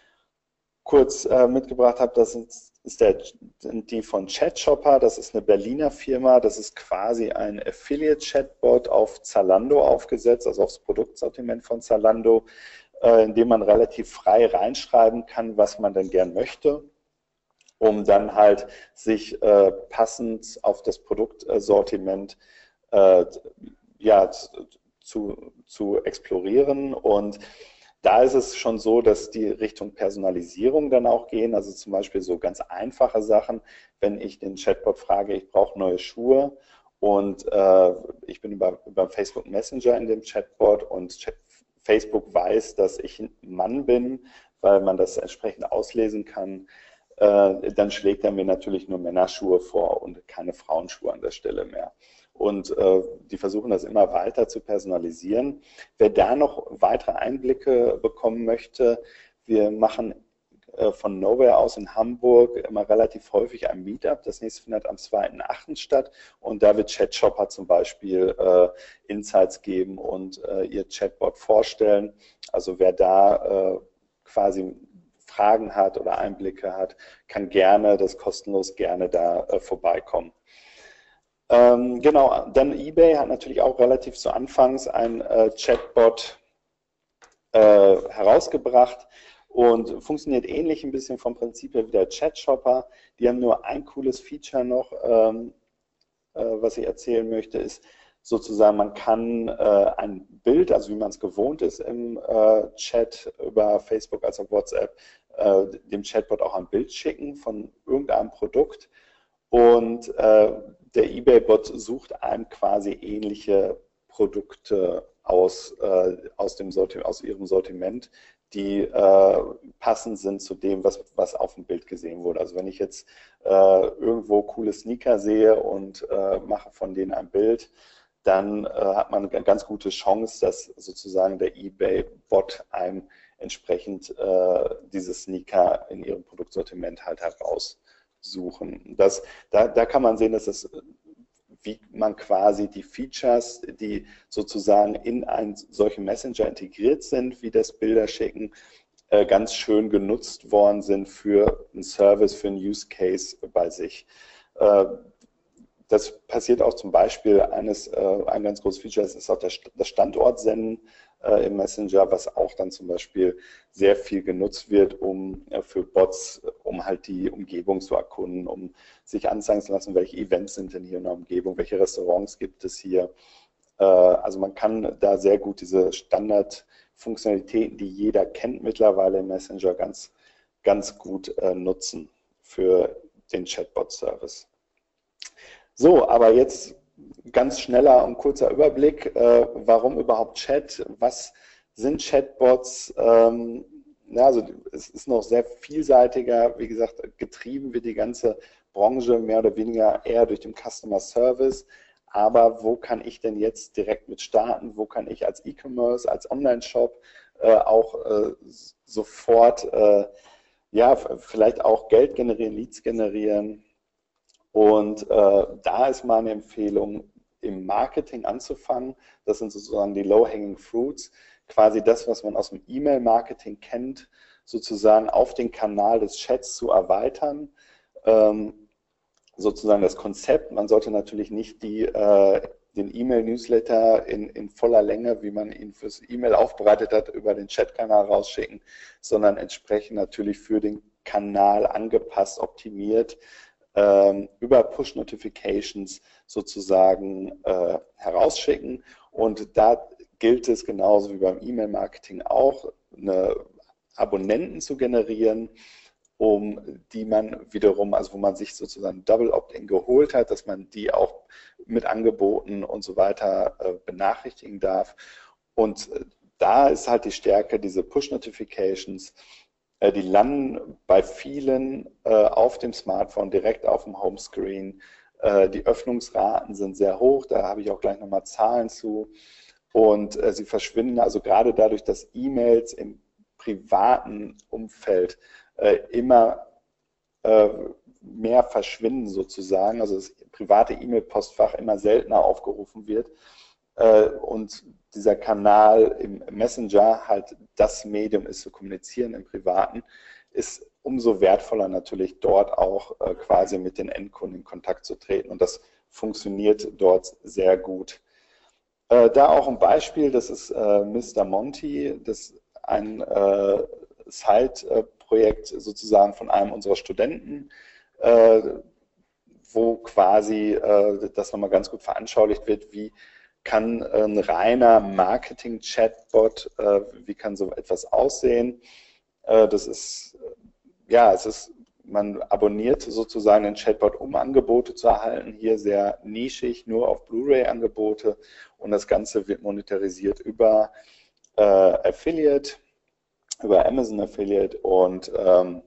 kurz äh, mitgebracht habe. Das sind, ist der, sind die von ChatShopper. Das ist eine Berliner Firma. Das ist quasi ein Affiliate-Chatbot auf Zalando aufgesetzt, also aufs Produktsortiment von Zalando, äh, in dem man relativ frei reinschreiben kann, was man denn gern möchte, um dann halt sich äh, passend auf das Produktsortiment äh, ja, zu, zu explorieren. Und da ist es schon so, dass die Richtung Personalisierung dann auch gehen, also zum Beispiel so ganz einfache Sachen, wenn ich den Chatbot frage, ich brauche neue Schuhe und äh, ich bin über, über Facebook Messenger in dem Chatbot und Chat, Facebook weiß, dass ich ein Mann bin, weil man das entsprechend auslesen kann, äh, dann schlägt er mir natürlich nur Männerschuhe vor und keine Frauenschuhe an der Stelle mehr. Und äh, die versuchen das immer weiter zu personalisieren. Wer da noch weitere Einblicke bekommen möchte, wir machen äh, von Nowhere aus in Hamburg immer relativ häufig ein Meetup. Das nächste findet am zweiten achten statt und da wird ChatShopper zum Beispiel äh, Insights geben und äh, ihr Chatbot vorstellen. Also wer da äh, quasi Fragen hat oder Einblicke hat, kann gerne, das kostenlos gerne da äh, vorbeikommen. Ähm, genau, dann eBay hat natürlich auch relativ zu Anfangs ein äh, Chatbot äh, herausgebracht und funktioniert ähnlich ein bisschen vom Prinzip her wie der ChatShopper. Die haben nur ein cooles Feature noch, ähm, äh, was ich erzählen möchte, ist sozusagen, man kann äh, ein Bild, also wie man es gewohnt ist im äh, Chat über Facebook als auch WhatsApp, äh, dem Chatbot auch ein Bild schicken von irgendeinem Produkt. Und äh, der eBay-Bot sucht einem quasi ähnliche Produkte aus, äh, aus, dem Sortiment, aus ihrem Sortiment, die äh, passend sind zu dem, was, was auf dem Bild gesehen wurde. Also wenn ich jetzt äh, irgendwo coole Sneaker sehe und äh, mache von denen ein Bild, dann äh, hat man eine ganz gute Chance, dass sozusagen der eBay-Bot einem entsprechend äh, diese Sneaker in ihrem Produktsortiment halt heraus suchen. Das, da, da kann man sehen, dass das, wie man quasi die Features, die sozusagen in einen solchen Messenger integriert sind, wie das Bilderschicken, äh, ganz schön genutzt worden sind für einen Service, für einen Use Case bei sich. Äh, das passiert auch zum Beispiel, eines, äh, ein ganz großes Feature ist auch das, das Standortsenden äh, im Messenger, was auch dann zum Beispiel sehr viel genutzt wird, um äh, für Bots, um halt die Umgebung zu erkunden, um sich anzeigen zu lassen, welche Events sind denn hier in der Umgebung, welche Restaurants gibt es hier. Äh, also man kann da sehr gut diese Standardfunktionalitäten, die jeder kennt mittlerweile im Messenger, ganz, ganz gut äh, nutzen für den Chatbot-Service. So, aber jetzt ganz schneller und kurzer Überblick, äh, warum überhaupt Chat, was sind Chatbots, ähm, ja, also es ist noch sehr vielseitiger, wie gesagt, getrieben wird die ganze Branche mehr oder weniger eher durch den Customer Service, aber wo kann ich denn jetzt direkt mit starten, wo kann ich als E-Commerce, als Online-Shop äh, auch äh, sofort, äh, ja, vielleicht auch Geld generieren, Leads generieren. Und äh, da ist meine Empfehlung, im Marketing anzufangen. Das sind sozusagen die Low-Hanging Fruits, quasi das, was man aus dem E-Mail-Marketing kennt, sozusagen auf den Kanal des Chats zu erweitern. Ähm, sozusagen das Konzept, man sollte natürlich nicht die, äh, den E-Mail-Newsletter in, in voller Länge, wie man ihn fürs E-Mail aufbereitet hat, über den Chatkanal rausschicken, sondern entsprechend natürlich für den Kanal angepasst, optimiert, ähm, über Push-Notifications sozusagen äh, herausschicken. Und da gilt es genauso wie beim E-Mail-Marketing auch, eine Abonnenten zu generieren, um die man wiederum, also wo man sich sozusagen Double Opt-in geholt hat, dass man die auch mit Angeboten und so weiter äh, benachrichtigen darf. Und äh, da ist halt die Stärke, diese Push-Notifications, äh, die landen bei vielen äh, auf dem Smartphone, direkt auf dem Homescreen. Äh, die Öffnungsraten sind sehr hoch, da habe ich auch gleich nochmal Zahlen zu. Und äh, sie verschwinden also gerade dadurch, dass E-Mails im privaten Umfeld äh, immer äh, mehr verschwinden sozusagen, also das private E-Mail-Postfach immer seltener aufgerufen wird äh, und dieser Kanal im Messenger halt das Medium ist, zu kommunizieren im Privaten, ist umso wertvoller natürlich dort auch äh, quasi mit den Endkunden in Kontakt zu treten und das funktioniert dort sehr gut. Äh, da auch ein Beispiel, das ist äh, Mister Monty, das ist ein äh, Side-Projekt sozusagen von einem unserer Studenten, äh, wo quasi äh, das nochmal ganz gut veranschaulicht wird, wie kann ein reiner Marketing-Chatbot, äh, wie kann so etwas aussehen. Äh, das ist, ja, es ist, man abonniert sozusagen den Chatbot, um Angebote zu erhalten, hier sehr nischig, nur auf Blu-ray-Angebote und das Ganze wird monetarisiert über äh, Affiliate, über Amazon Affiliate und ähm,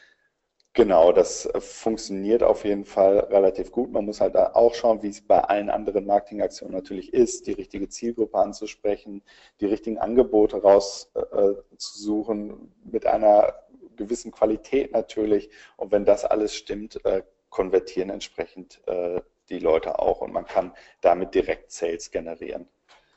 genau, das funktioniert auf jeden Fall relativ gut. Man muss halt auch schauen, wie es bei allen anderen Marketingaktionen natürlich ist, die richtige Zielgruppe anzusprechen, die richtigen Angebote rauszusuchen, äh, mit einer gewissen Qualität natürlich. Und wenn das alles stimmt, äh, konvertieren entsprechend äh, die Leute auch und man kann damit direkt Sales generieren.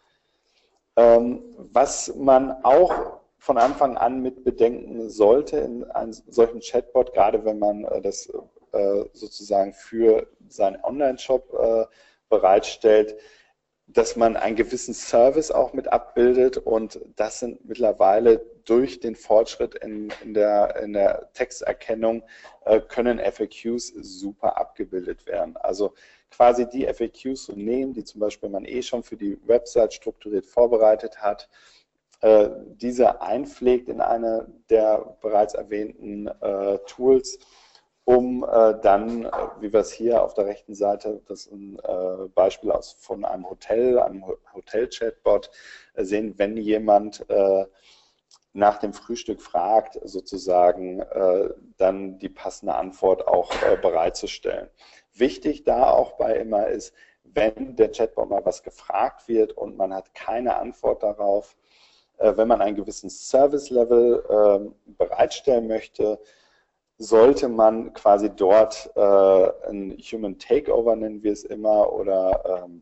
Ähm, was man auch von Anfang an mit bedenken sollte in einem solchen Chatbot, gerade wenn man äh, das äh, sozusagen für seinen Online-Shop äh, bereitstellt, dass man einen gewissen Service auch mit abbildet und das sind mittlerweile durch den Fortschritt in, in, der, in der Texterkennung äh, können F A Qs super abgebildet werden. Also quasi die F A Qs zu nehmen, die zum Beispiel man eh schon für die Website strukturiert vorbereitet hat, äh, diese einpflegt in eine der bereits erwähnten äh, Tools, um äh, dann, äh, wie wir es hier auf der rechten Seite, das ist ein äh, Beispiel aus, von einem Hotel, einem Hotel-Chatbot, äh, sehen, wenn jemand äh, nach dem Frühstück fragt, sozusagen äh, dann die passende Antwort auch äh, bereitzustellen. Wichtig da auch bei immer ist, wenn der Chatbot mal was gefragt wird und man hat keine Antwort darauf, äh, wenn man einen gewissen Service-Level äh, bereitstellen möchte, sollte man quasi dort äh, ein Human Takeover, nennen wir es immer, oder ähm,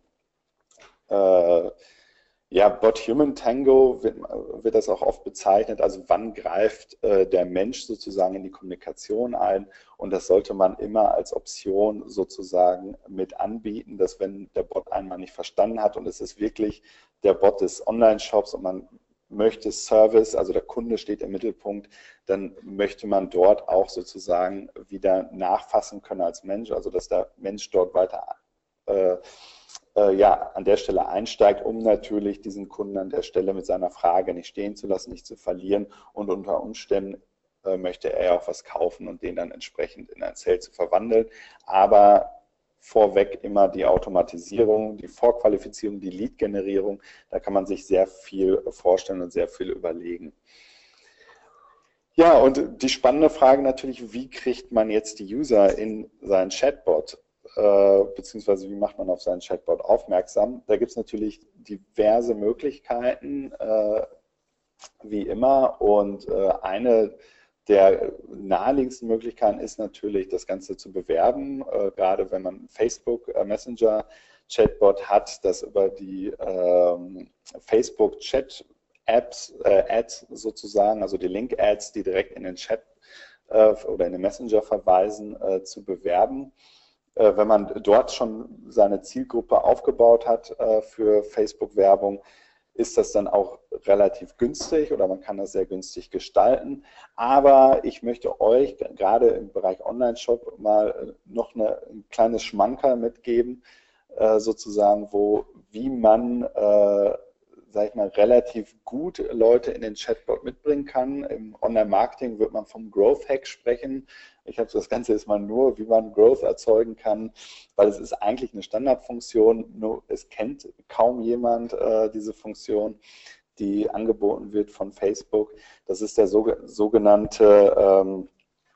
äh, ja, Bot-Human Tango wird, wird das auch oft bezeichnet, also wann greift äh, der Mensch sozusagen in die Kommunikation ein und das sollte man immer als Option sozusagen mit anbieten, dass wenn der Bot einmal nicht verstanden hat und es ist wirklich der Bot des Online-Shops und man möchte Service, also der Kunde steht im Mittelpunkt, dann möchte man dort auch sozusagen wieder nachfassen können als Mensch, also dass der Mensch dort weiter äh, äh, ja, an der Stelle einsteigt, um natürlich diesen Kunden an der Stelle mit seiner Frage nicht stehen zu lassen, nicht zu verlieren und unter Umständen äh, möchte er auch was kaufen und den dann entsprechend in ein Sale zu verwandeln, aber vorweg immer die Automatisierung, die Vorqualifizierung, die Lead-Generierung. Da kann man sich sehr viel vorstellen und sehr viel überlegen. Ja, und die spannende Frage natürlich, wie kriegt man jetzt die User in seinen Chatbot, äh, beziehungsweise wie macht man auf seinen Chatbot aufmerksam? Da gibt es natürlich diverse Möglichkeiten, äh, wie immer. Und äh, eine der naheliegendsten Möglichkeiten ist natürlich, das Ganze zu bewerben, äh, gerade wenn man Facebook äh, Messenger Chatbot hat, das über die ähm, Facebook Chat Apps, äh, Ads sozusagen, also die Link Ads, die direkt in den Chat äh, oder in den Messenger verweisen, äh, zu bewerben. Äh, wenn man dort schon seine Zielgruppe aufgebaut hat äh, für Facebook Werbung, ist das dann auch relativ günstig oder man kann das sehr günstig gestalten. Aber ich möchte euch gerade im Bereich Online-Shop mal noch eine, ein kleines Schmankerl mitgeben, äh, sozusagen, wo, wie man, äh, sag ich mal, relativ gut Leute in den Chatbot mitbringen kann. Im Online-Marketing wird man vom Growth-Hack sprechen. Ich habe das Ganze jetzt mal nur, wie man Growth erzeugen kann, weil es ist eigentlich eine Standardfunktion, nur es kennt kaum jemand äh, diese Funktion, die angeboten wird von Facebook. Das ist der sogenannte, ähm,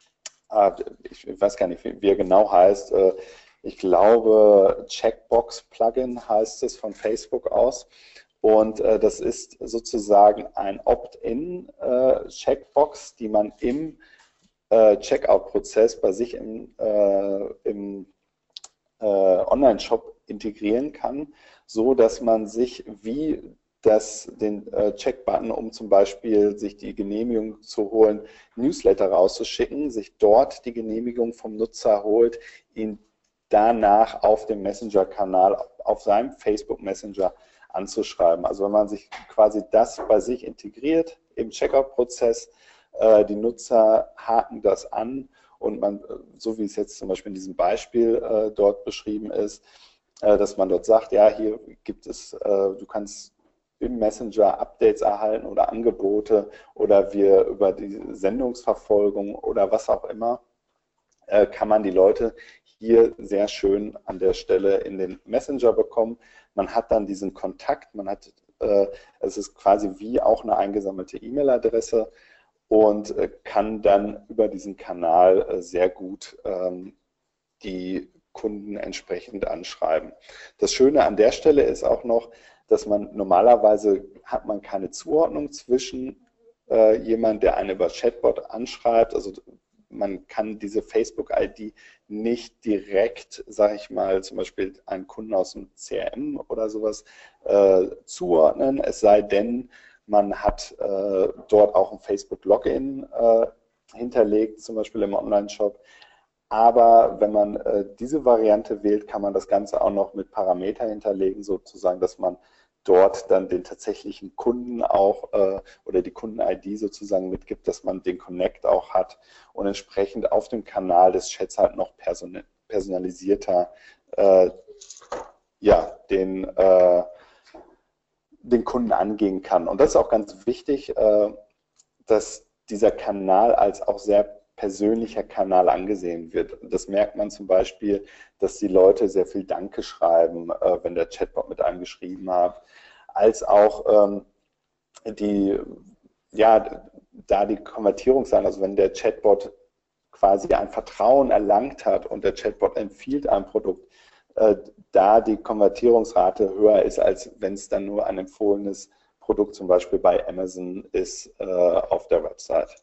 ich weiß gar nicht, wie er genau heißt, äh, ich glaube Checkbox-Plugin heißt es von Facebook aus. Und äh, das ist sozusagen ein Opt-in-Checkbox, äh, die man im äh, Checkout-Prozess bei sich im, äh, im äh, Online-Shop integrieren kann, so dass man sich wie das, den äh, Check-Button, um zum Beispiel sich die Genehmigung zu holen, Newsletter rauszuschicken, sich dort die Genehmigung vom Nutzer holt, ihn danach auf dem Messenger-Kanal, auf seinem Facebook-Messenger anzuschreiben. Also wenn man sich quasi das bei sich integriert im Checkout-Prozess, äh, die Nutzer haken das an und man, so wie es jetzt zum Beispiel in diesem Beispiel äh, dort beschrieben ist, äh, dass man dort sagt, ja, hier gibt es, äh, du kannst im Messenger Updates erhalten oder Angebote oder wir über die Sendungsverfolgung oder was auch immer, äh, kann man die Leute hier sehr schön an der Stelle in den Messenger bekommen. Man hat dann diesen Kontakt, man hat, äh, es ist quasi wie auch eine eingesammelte E-Mail-Adresse und äh, kann dann über diesen Kanal äh, sehr gut ähm, die Kunden entsprechend anschreiben. Das Schöne an der Stelle ist auch noch, dass man normalerweise hat man keine Zuordnung zwischen äh, jemand, der einen über Chatbot anschreibt, also man kann diese Facebook-I D nicht direkt, sage ich mal, zum Beispiel einen Kunden aus dem C R M oder sowas äh, zuordnen, es sei denn, man hat äh, dort auch ein Facebook-Login äh, hinterlegt, zum Beispiel im Online-Shop. Aber wenn man äh, diese Variante wählt, kann man das Ganze auch noch mit Parameter hinterlegen, sozusagen, dass man dort dann den tatsächlichen Kunden auch äh, oder die Kunden-I D sozusagen mitgibt, dass man den Connect auch hat und entsprechend auf dem Kanal des Chats halt noch person personalisierter äh, ja, den, äh, den Kunden angehen kann. Und das ist auch ganz wichtig, äh, dass dieser Kanal als auch sehr persönlicher Kanal angesehen wird. Das merkt man zum Beispiel, dass die Leute sehr viel Danke schreiben, äh, wenn der Chatbot mit einem geschrieben hat, als auch ähm, die, ja, da die Konvertierungszahlen, also wenn der Chatbot quasi ein Vertrauen erlangt hat und der Chatbot empfiehlt ein Produkt, äh, da die Konvertierungsrate höher ist, als wenn es dann nur ein empfohlenes Produkt zum Beispiel bei Amazon ist äh, auf der Website.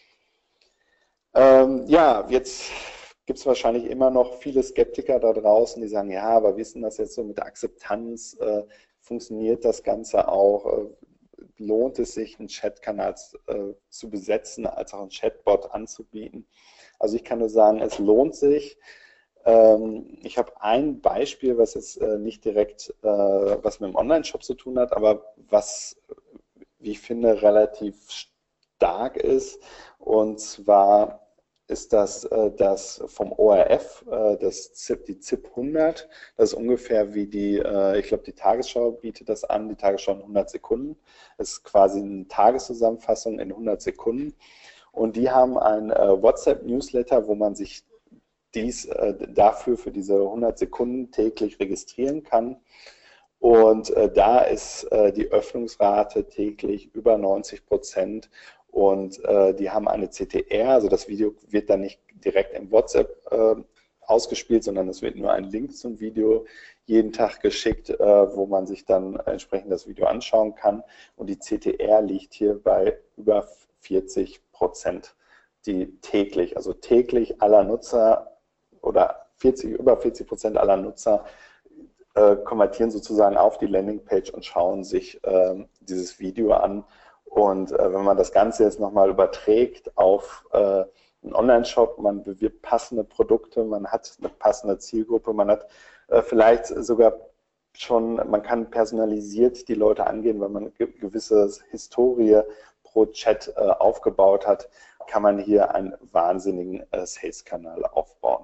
Ähm, ja, jetzt gibt es wahrscheinlich immer noch viele Skeptiker da draußen, die sagen, ja, aber wie ist denn das jetzt so mit der Akzeptanz? Äh, funktioniert das Ganze auch? Äh, lohnt es sich, einen Chatkanal äh, zu besetzen, als auch einen Chatbot anzubieten? Also ich kann nur sagen, es lohnt sich. Ähm, ich habe ein Beispiel, was jetzt äh, nicht direkt äh, was mit dem Online-Shop zu tun hat, aber was, wie ich finde, relativ stark ist. Und zwar ist das äh, das vom O R F, äh, das Z I P, die Z I P hundert. Das ist ungefähr wie die, äh, ich glaube, die Tagesschau bietet das an, die Tagesschau in hundert Sekunden. Das ist quasi eine Tageszusammenfassung in hundert Sekunden. Und die haben ein äh, WhatsApp-Newsletter, wo man sich dies äh, dafür für diese hundert Sekunden täglich registrieren kann. Und äh, da ist äh, die Öffnungsrate täglich über neunzig Prozent. Und äh, die haben eine C T R, also das Video wird dann nicht direkt im WhatsApp äh, ausgespielt, sondern es wird nur ein Link zum Video jeden Tag geschickt, äh, wo man sich dann entsprechend das Video anschauen kann. Und die C T R liegt hier bei über vierzig Prozent, die täglich, also täglich aller Nutzer oder vierzig, über vierzig Prozent aller Nutzer äh, konvertieren sozusagen auf die Landingpage und schauen sich äh, dieses Video an. Und äh, wenn man das Ganze jetzt nochmal überträgt auf äh, einen Online-Shop, man bewirbt passende Produkte, man hat eine passende Zielgruppe, man hat äh, vielleicht sogar schon, man kann personalisiert die Leute angehen, wenn man eine gewisse Historie pro Chat äh, aufgebaut hat, kann man hier einen wahnsinnigen äh, Sales-Kanal aufbauen.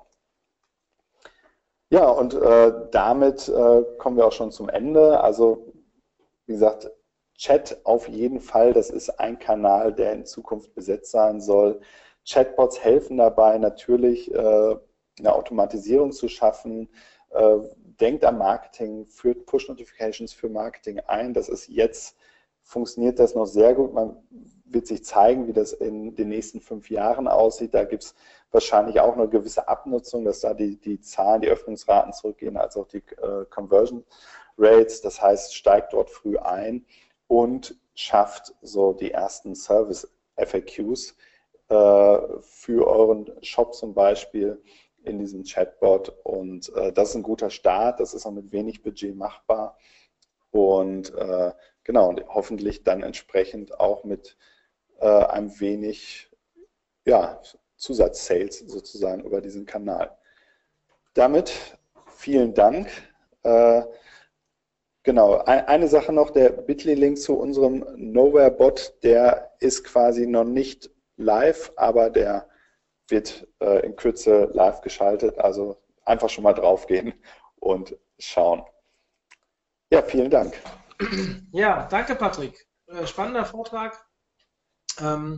Ja, und äh, damit äh, kommen wir auch schon zum Ende. Also, wie gesagt, Chat auf jeden Fall, das ist ein Kanal, der in Zukunft besetzt sein soll. Chatbots helfen dabei, natürlich äh, eine Automatisierung zu schaffen. Äh, denkt am Marketing, führt Push-Notifications für Marketing ein. Das ist jetzt, funktioniert das noch sehr gut. Man wird sich zeigen, wie das in den nächsten fünf Jahren aussieht. Da gibt es wahrscheinlich auch eine gewisse Abnutzung, dass da die, die Zahlen, die Öffnungsraten zurückgehen, als auch die äh, Conversion Rates. Das heißt, steigt dort früh ein und schafft so die ersten Service-F A Qs äh, für euren Shop zum Beispiel in diesem Chatbot. Und äh, das ist ein guter Start. Das ist auch mit wenig Budget machbar. Und äh, genau, und hoffentlich dann entsprechend auch mit äh, ein wenig ja, Zusatzsales sozusagen über diesen Kanal. Damit vielen Dank. Äh, genau, ein, eine Sache noch, der Bitly-Link zu unserem Nowhere-Bot, der ist quasi noch nicht live, aber der wird äh, in Kürze live geschaltet. Also einfach schon mal draufgehen und schauen. Ja, vielen Dank. Ja, danke Patrick. Spannender Vortrag. Ähm,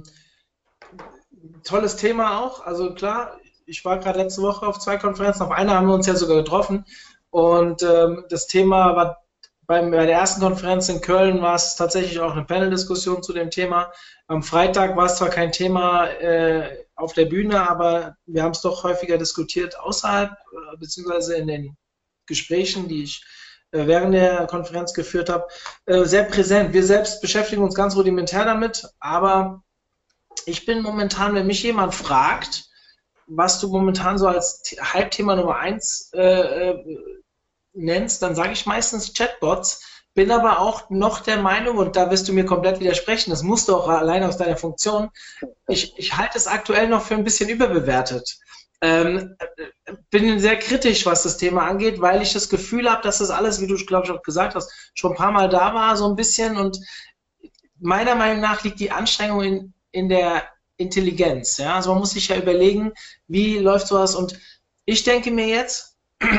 tolles Thema auch. Also klar, ich war gerade letzte Woche auf zwei Konferenzen. Auf einer haben wir uns ja sogar getroffen. Und ähm, das Thema war beim, bei der ersten Konferenz in Köln war es tatsächlich auch eine Panel-Diskussion zu dem Thema. Am Freitag war es zwar kein Thema äh, auf der Bühne, aber wir haben es doch häufiger diskutiert außerhalb, äh, beziehungsweise in den Gesprächen, die ich äh, während der Konferenz geführt habe, äh, sehr präsent. Wir selbst beschäftigen uns ganz rudimentär damit, aber ich bin momentan, wenn mich jemand fragt, was du momentan so als Hype-Thema Nummer eins äh, nennst, dann sage ich meistens Chatbots, bin aber auch noch der Meinung, und da wirst du mir komplett widersprechen, das musst du auch allein aus deiner Funktion, ich, ich halte es aktuell noch für ein bisschen überbewertet. Ähm, bin sehr kritisch, was das Thema angeht, weil ich das Gefühl habe, dass das alles, wie du, glaube ich, auch gesagt hast, schon ein paar Mal da war, so ein bisschen, und meiner Meinung nach liegt die Anstrengung in, in der Intelligenz. Ja? Also man muss sich ja überlegen, wie läuft sowas, und ich denke mir jetzt,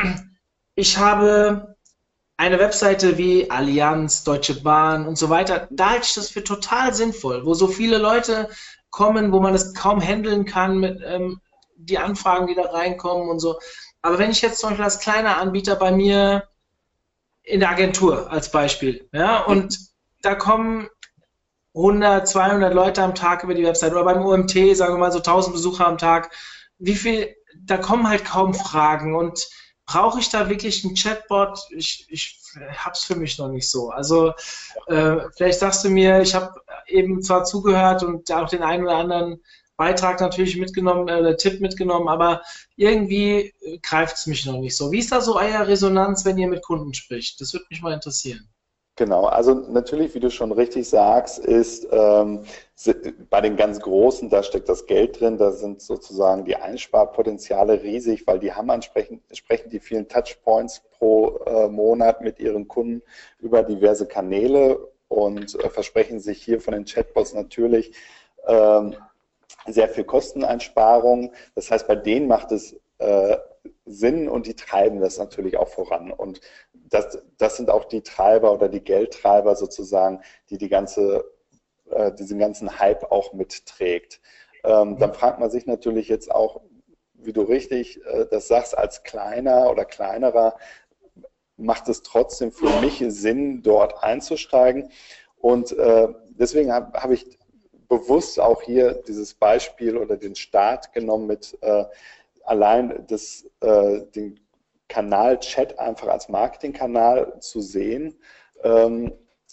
ich habe eine Webseite wie Allianz, Deutsche Bahn und so weiter, da halte ich das für total sinnvoll, wo so viele Leute kommen, wo man es kaum handeln kann mit ähm, die Anfragen, die da reinkommen und so. Aber wenn ich jetzt zum Beispiel als kleiner Anbieter bei mir in der Agentur als Beispiel, ja, und da kommen hundert, zweihundert Leute am Tag über die Website, oder beim O M T, sagen wir mal so tausend Besucher am Tag, wie viel, da kommen halt kaum Fragen, und brauche ich da wirklich einen Chatbot? Ich, ich habe es für mich noch nicht so. Also äh, vielleicht sagst du mir, ich habe eben zwar zugehört und auch den einen oder anderen Beitrag natürlich mitgenommen, äh, Tipp mitgenommen, aber irgendwie greift es mich noch nicht so. Wie ist da so euer Resonanz, wenn ihr mit Kunden spricht? Das würde mich mal interessieren. Genau, also natürlich, wie du schon richtig sagst, ist ähm, bei den ganz Großen, da steckt das Geld drin, da sind sozusagen die Einsparpotenziale riesig, weil die haben entsprechend, entsprechend die vielen Touchpoints pro äh, Monat mit ihren Kunden über diverse Kanäle und äh, versprechen sich hier von den Chatbots natürlich ähm, sehr viel Kosteneinsparung. Das heißt, bei denen macht es äh, Sinn, und die treiben das natürlich auch voran. Und das, das sind auch die Treiber oder die Geldtreiber sozusagen, die, die ganze, äh, diesen ganzen Hype auch mitträgt. Ähm, dann fragt man sich natürlich jetzt auch, wie du richtig äh, das sagst, als kleiner oder kleinerer, macht es trotzdem für mich Sinn, dort einzusteigen. Und äh, deswegen habe hab ich bewusst auch hier dieses Beispiel oder den Start genommen mit äh, allein das, äh, den Kanal Chat einfach als Marketingkanal zu sehen, ähm,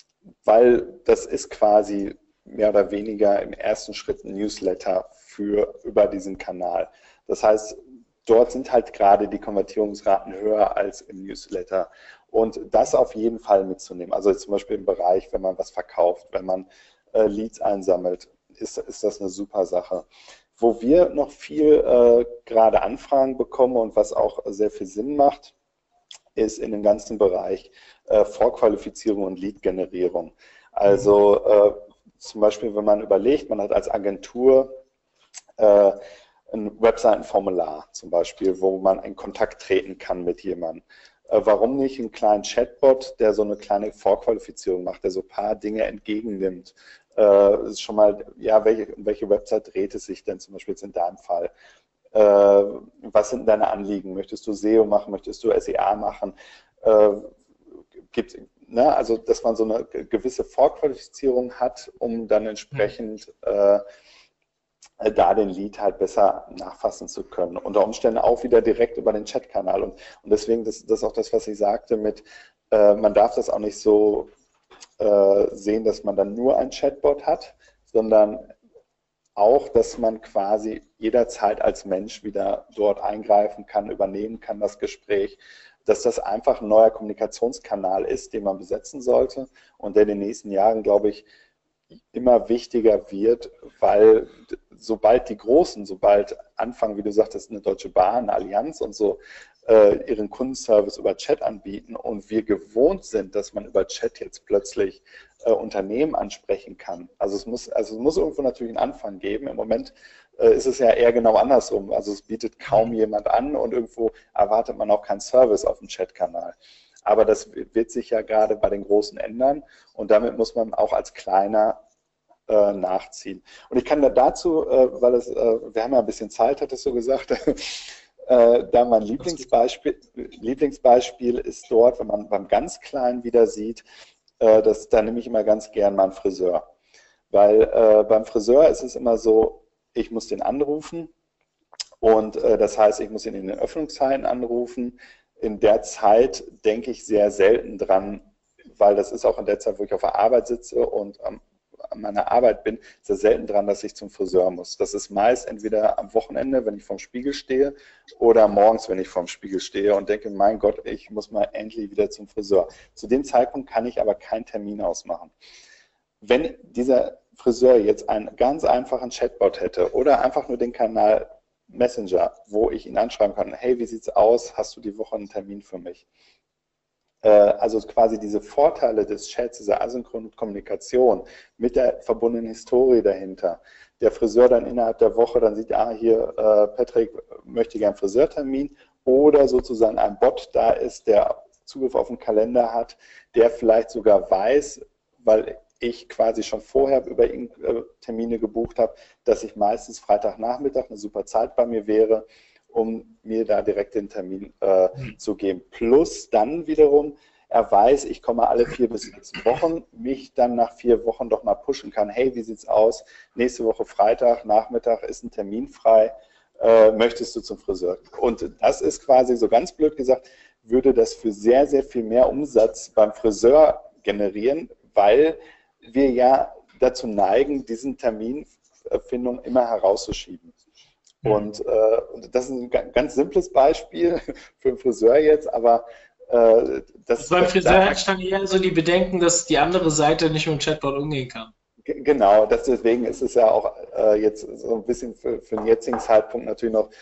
weil das ist quasi mehr oder weniger im ersten Schritt ein Newsletter für, über diesen Kanal. Das heißt, dort sind halt gerade die Konvertierungsraten höher als im Newsletter. Und das auf jeden Fall mitzunehmen. Also zum Beispiel im Bereich, wenn man was verkauft, wenn man äh, Leads einsammelt, ist, ist das eine super Sache. Wo wir noch viel äh, gerade Anfragen bekommen und was auch sehr viel Sinn macht, ist in dem ganzen Bereich äh, Vorqualifizierung und Lead-Generierung. Also äh, zum Beispiel, wenn man überlegt, man hat als Agentur äh, ein Webseitenformular zum Beispiel, wo man in Kontakt treten kann mit jemandem. Äh, warum nicht einen kleinen Chatbot, der so eine kleine Vorqualifizierung macht, der so ein paar Dinge entgegennimmt? Äh, ist schon mal, ja, welche, um welche Website dreht es sich denn zum Beispiel jetzt in deinem Fall? Äh, was sind deine Anliegen? Möchtest du S E O machen? Möchtest du S E A machen? Äh, gibt, ne, also, dass man so eine gewisse Vorqualifizierung hat, um dann entsprechend äh, da den Lead halt besser nachfassen zu können. Unter Umständen auch wieder direkt über den Chatkanal. Und, und deswegen, das, das ist auch das, was ich sagte mit, äh, man darf das auch nicht so äh, sehen, dass man dann nur ein Chatbot hat, sondern auch, dass man quasi jederzeit als Mensch wieder dort eingreifen kann, übernehmen kann das Gespräch, dass das einfach ein neuer Kommunikationskanal ist, den man besetzen sollte und der in den nächsten Jahren, glaube ich, immer wichtiger wird, weil sobald die Großen, sobald anfangen, wie du sagtest, eine Deutsche Bahn, eine Allianz und so, äh, ihren Kundenservice über Chat anbieten und wir gewohnt sind, dass man über Chat jetzt plötzlich äh, Unternehmen ansprechen kann. Also es muss, also es muss irgendwo natürlich einen Anfang geben. Im Moment äh, ist es ja eher genau andersrum. Also es bietet kaum jemand an und irgendwo erwartet man auch keinen Service auf dem Chatkanal. Aber das wird sich ja gerade bei den Großen ändern und damit muss man auch als Kleiner äh, nachziehen. Und ich kann da dazu, äh, weil es, äh, wir haben ja ein bisschen Zeit, hattest du gesagt, äh, da mein Lieblingsbeispiel, Lieblingsbeispiel ist dort, wenn man beim ganz Kleinen wieder sieht, äh, das, da nehme ich immer ganz gern meinen Friseur. Weil äh, beim Friseur ist es immer so, ich muss den anrufen und äh, das heißt, ich muss ihn in den Öffnungszeiten anrufen. In der Zeit denke ich sehr selten dran, weil das ist auch in der Zeit, wo ich auf der Arbeit sitze und am, an meiner Arbeit bin, sehr selten dran, dass ich zum Friseur muss. Das ist meist entweder am Wochenende, wenn ich vorm Spiegel stehe, oder morgens, wenn ich vorm Spiegel stehe und denke, mein Gott, ich muss mal endlich wieder zum Friseur. Zu dem Zeitpunkt kann ich aber keinen Termin ausmachen. Wenn dieser Friseur jetzt einen ganz einfachen Chatbot hätte oder einfach nur den Kanal Messenger, wo ich ihn anschreiben kann, hey, wie sieht's aus, hast du die Woche einen Termin für mich? Äh, also quasi diese Vorteile des Chats, dieser asynchronen Kommunikation mit der verbundenen Historie dahinter. Der Friseur dann innerhalb der Woche dann sieht, ah, hier, äh, Patrick möchte gerne einen Friseurtermin oder sozusagen ein Bot da ist, der Zugriff auf den Kalender hat, der vielleicht sogar weiß, weil ich quasi schon vorher über ihn äh, Termine gebucht habe, dass ich meistens Freitagnachmittag eine super Zeit bei mir wäre, um mir da direkt den Termin äh, mhm. zu geben. Plus dann wiederum, er weiß, ich komme alle vier bis sechs Wochen, mich dann nach vier Wochen doch mal pushen kann, hey, wie sieht's aus? Nächste Woche Freitag, Nachmittag ist ein Termin frei, äh, möchtest du zum Friseur? Und das ist quasi, so ganz blöd gesagt, würde das für sehr, sehr viel mehr Umsatz beim Friseur generieren, weil wir ja dazu neigen, diesen Terminfindung immer herauszuschieben. Mhm. Und äh, das ist ein ganz simples Beispiel für einen Friseur jetzt, aber äh, das... Beim Friseur hat dann eher so die Bedenken, dass die andere Seite nicht mit dem Chatbot umgehen kann. Genau, das, deswegen ist es ja auch äh, jetzt so ein bisschen für, für den jetzigen Zeitpunkt natürlich noch...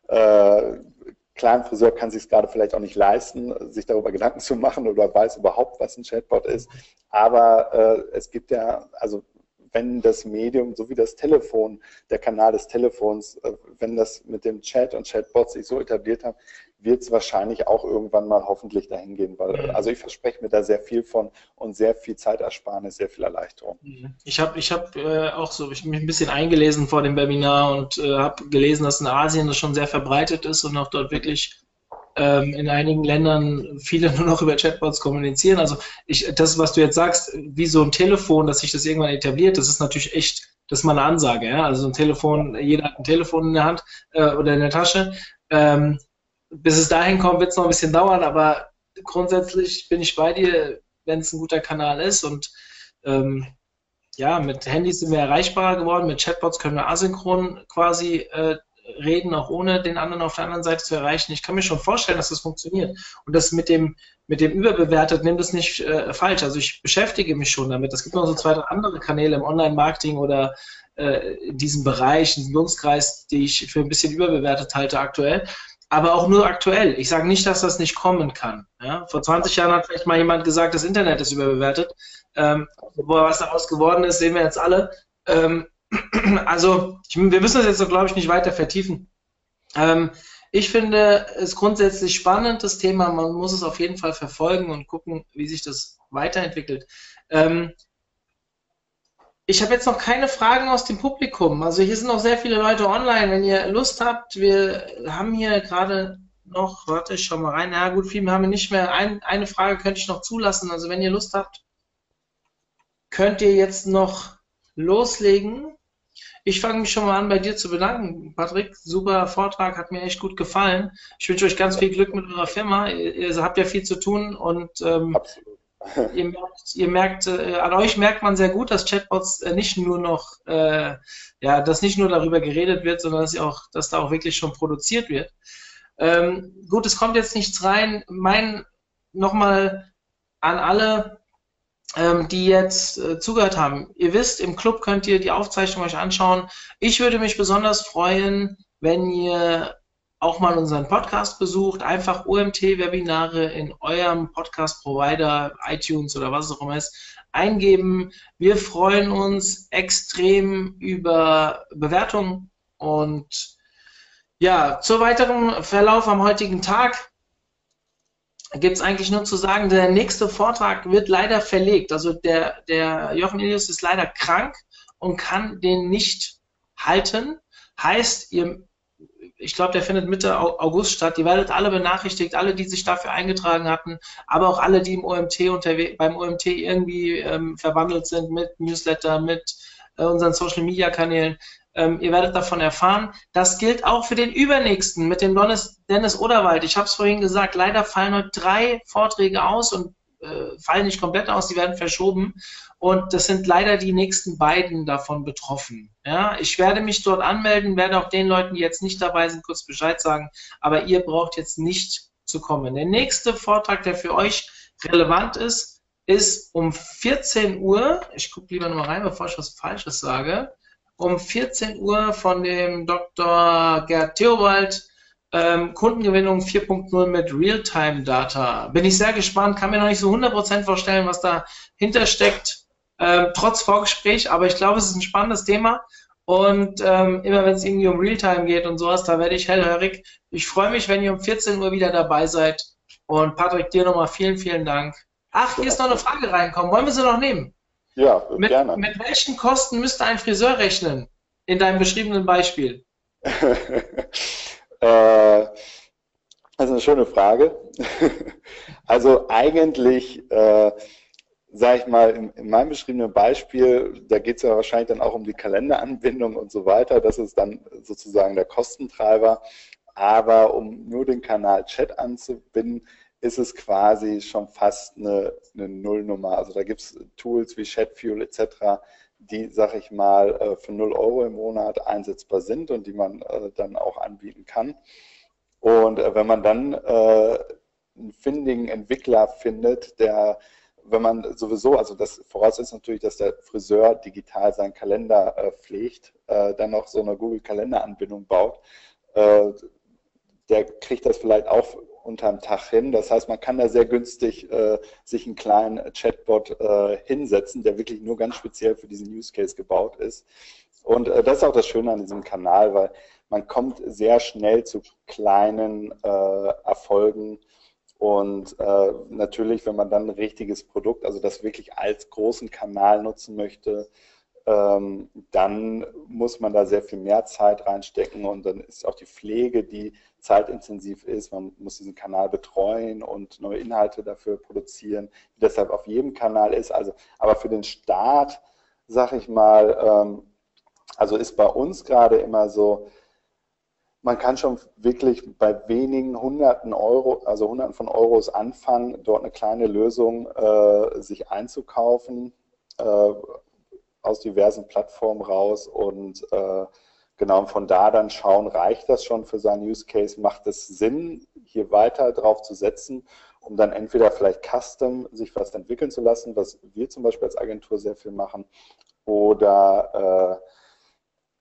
Äh, Klar, ein Friseur kann sich es gerade vielleicht auch nicht leisten, sich darüber Gedanken zu machen oder weiß überhaupt, was ein Chatbot ist. Aber äh, es gibt ja, also wenn das Medium, so wie das Telefon, der Kanal des Telefons, äh, wenn das mit dem Chat und Chatbots sich so etabliert haben, wird es wahrscheinlich auch irgendwann mal hoffentlich dahin gehen. Weil, also ich verspreche mir da sehr viel von und sehr viel Zeitersparnis, sehr viel Erleichterung. Ich habe ich hab, äh, auch so, ich mich ein bisschen eingelesen vor dem Webinar und äh, habe gelesen, dass in Asien das schon sehr verbreitet ist und auch dort wirklich ähm, in einigen Ländern viele nur noch über Chatbots kommunizieren. Also ich, das, was du jetzt sagst, wie so ein Telefon, dass sich das irgendwann etabliert, das ist natürlich echt, das ist mal eine Ansage. Ja? Also ein Telefon, jeder hat ein Telefon in der Hand äh, oder in der Tasche. Ähm, bis es dahin kommt, wird es noch ein bisschen dauern, aber grundsätzlich bin ich bei dir, wenn es ein guter Kanal ist und ähm, ja, mit Handys sind wir erreichbarer geworden, mit Chatbots können wir asynchron quasi äh, reden, auch ohne den anderen auf der anderen Seite zu erreichen. Ich kann mir schon vorstellen, dass das funktioniert. Und das mit dem, mit dem überbewertet, nimm das nicht äh, falsch. Also ich beschäftige mich schon damit. Es gibt noch so zwei, drei andere Kanäle im Online-Marketing oder äh, in diesem Bereich, in diesem Dunstkreis, die ich für ein bisschen überbewertet halte aktuell. aber auch nur aktuell. Ich sage nicht, dass das nicht kommen kann. Ja? Vor zwanzig Jahren hat vielleicht mal jemand gesagt, das Internet ist überbewertet. Ähm, was daraus geworden ist, sehen wir jetzt alle. Ähm, also ich, wir müssen das jetzt, so, glaube ich, nicht weiter vertiefen. Ähm, ich finde es grundsätzlich spannend, das Thema. Man muss es auf jeden Fall verfolgen und gucken, wie sich das weiterentwickelt. Ähm, Ich habe jetzt noch keine Fragen aus dem Publikum. Also hier sind noch sehr viele Leute online. Wenn ihr Lust habt, wir haben hier gerade noch, warte, ich schau mal rein. Ja gut, viel haben wir nicht mehr. Ein, eine Frage könnte ich noch zulassen. Also wenn ihr Lust habt, könnt ihr jetzt noch loslegen. Ich fange mich schon mal an, bei dir zu bedanken. Patrick, super Vortrag, hat mir echt gut gefallen. Ich wünsche euch ganz viel Glück mit eurer Firma. Ihr, ihr habt ja viel zu tun und ähm, Absolut. Ihr merkt, ihr merkt äh, an euch merkt man sehr gut, dass Chatbots äh, nicht nur noch, äh, ja, dass nicht nur darüber geredet wird, sondern dass, sie auch, dass da auch wirklich schon produziert wird. Ähm, gut, es kommt jetzt nichts rein. Mein nochmal an alle, ähm, die jetzt äh, zugehört haben. Ihr wisst, im Club könnt ihr die Aufzeichnung euch anschauen. Ich würde mich besonders freuen, wenn ihr auch mal unseren Podcast besucht, einfach O M T-Webinare in eurem Podcast-Provider, iTunes oder was es auch immer ist, eingeben. Wir freuen uns extrem über Bewertungen und ja, zur weiteren Verlauf am heutigen Tag gibt es eigentlich nur zu sagen, der nächste Vortrag wird leider verlegt. Also der, der Jochen Ilius ist leider krank und kann den nicht halten. Heißt, ihr ich glaube, der findet Mitte August statt. Die werdet alle benachrichtigt, alle, die sich dafür eingetragen hatten, aber auch alle, die im O M T beim O M T irgendwie ähm, verwandelt sind mit Newsletter, mit äh, unseren Social-Media-Kanälen. Ähm, ihr werdet davon erfahren. Das gilt auch für den übernächsten mit dem Dennis, Dennis Oderwald. Ich habe es vorhin gesagt, leider fallen heute drei Vorträge aus und äh, fallen nicht komplett aus, die werden verschoben. Und das sind leider die nächsten beiden davon betroffen. Ja, ich werde mich dort anmelden, werde auch den Leuten, die jetzt nicht dabei sind, kurz Bescheid sagen, aber ihr braucht jetzt nicht zu kommen. Der nächste Vortrag, der für euch relevant ist, ist um vierzehn Uhr, ich gucke lieber nochmal rein, bevor ich was Falsches sage, um vierzehn Uhr von dem Doktor Gerd Theobald, ähm, Kundengewinnung vier Punkt null mit Realtime-Data. Bin ich sehr gespannt, kann mir noch nicht so hundert Prozent vorstellen, was dahinter steckt. Ähm, trotz Vorgespräch, aber ich glaube, es ist ein spannendes Thema und ähm, immer wenn es irgendwie um Realtime geht und sowas, da werde ich hellhörig. Ich freue mich, wenn ihr um vierzehn Uhr wieder dabei seid und Patrick, dir nochmal vielen, vielen Dank. Ach, hier ist noch eine Frage reinkommen. Wollen wir sie noch nehmen? Ja, Mit, gerne. mit welchen Kosten müsste ein Friseur rechnen in deinem beschriebenen Beispiel? äh, das ist eine schöne Frage. Also eigentlich äh, sage ich mal, in, in meinem beschriebenen Beispiel, da geht es ja wahrscheinlich dann auch um die Kalenderanbindung und so weiter. Das ist dann sozusagen der Kostentreiber. Aber um nur den Kanal Chat anzubinden, ist es quasi schon fast eine, eine Nullnummer. Also da gibt es Tools wie Chatfuel et cetera, die, sag ich mal, für null Euro im Monat einsetzbar sind und die man dann auch anbieten kann. Und wenn man dann einen findigen Entwickler findet, der, wenn man sowieso, also das voraussetzt natürlich, dass der Friseur digital seinen Kalender äh, pflegt, äh, dann noch so eine Google-Kalender-Anbindung baut, äh, der kriegt das vielleicht auch unterm Tag hin. Das heißt, man kann da sehr günstig äh, sich einen kleinen Chatbot äh, hinsetzen, der wirklich nur ganz speziell für diesen Use Case gebaut ist. Und äh, das ist auch das Schöne an diesem Kanal, weil man kommt sehr schnell zu kleinen äh, Erfolgen. Und äh, natürlich, wenn man dann ein richtiges Produkt, also das wirklich als großen Kanal nutzen möchte, ähm, dann muss man da sehr viel mehr Zeit reinstecken und dann ist auch die Pflege, die zeitintensiv ist. Man muss diesen Kanal betreuen und neue Inhalte dafür produzieren, wie das halt auf jedem Kanal ist. Also, aber für den Start, sag ich mal, ähm, also ist bei uns gerade immer so, man kann schon wirklich bei wenigen Hunderten Euro, also Hunderten von Euros anfangen, dort eine kleine Lösung äh, sich einzukaufen, äh, aus diversen Plattformen raus und äh, genau von da dann schauen, reicht das schon für seinen Use Case, macht es Sinn, hier weiter drauf zu setzen, um dann entweder vielleicht custom sich was entwickeln zu lassen, was wir zum Beispiel als Agentur sehr viel machen, oder äh,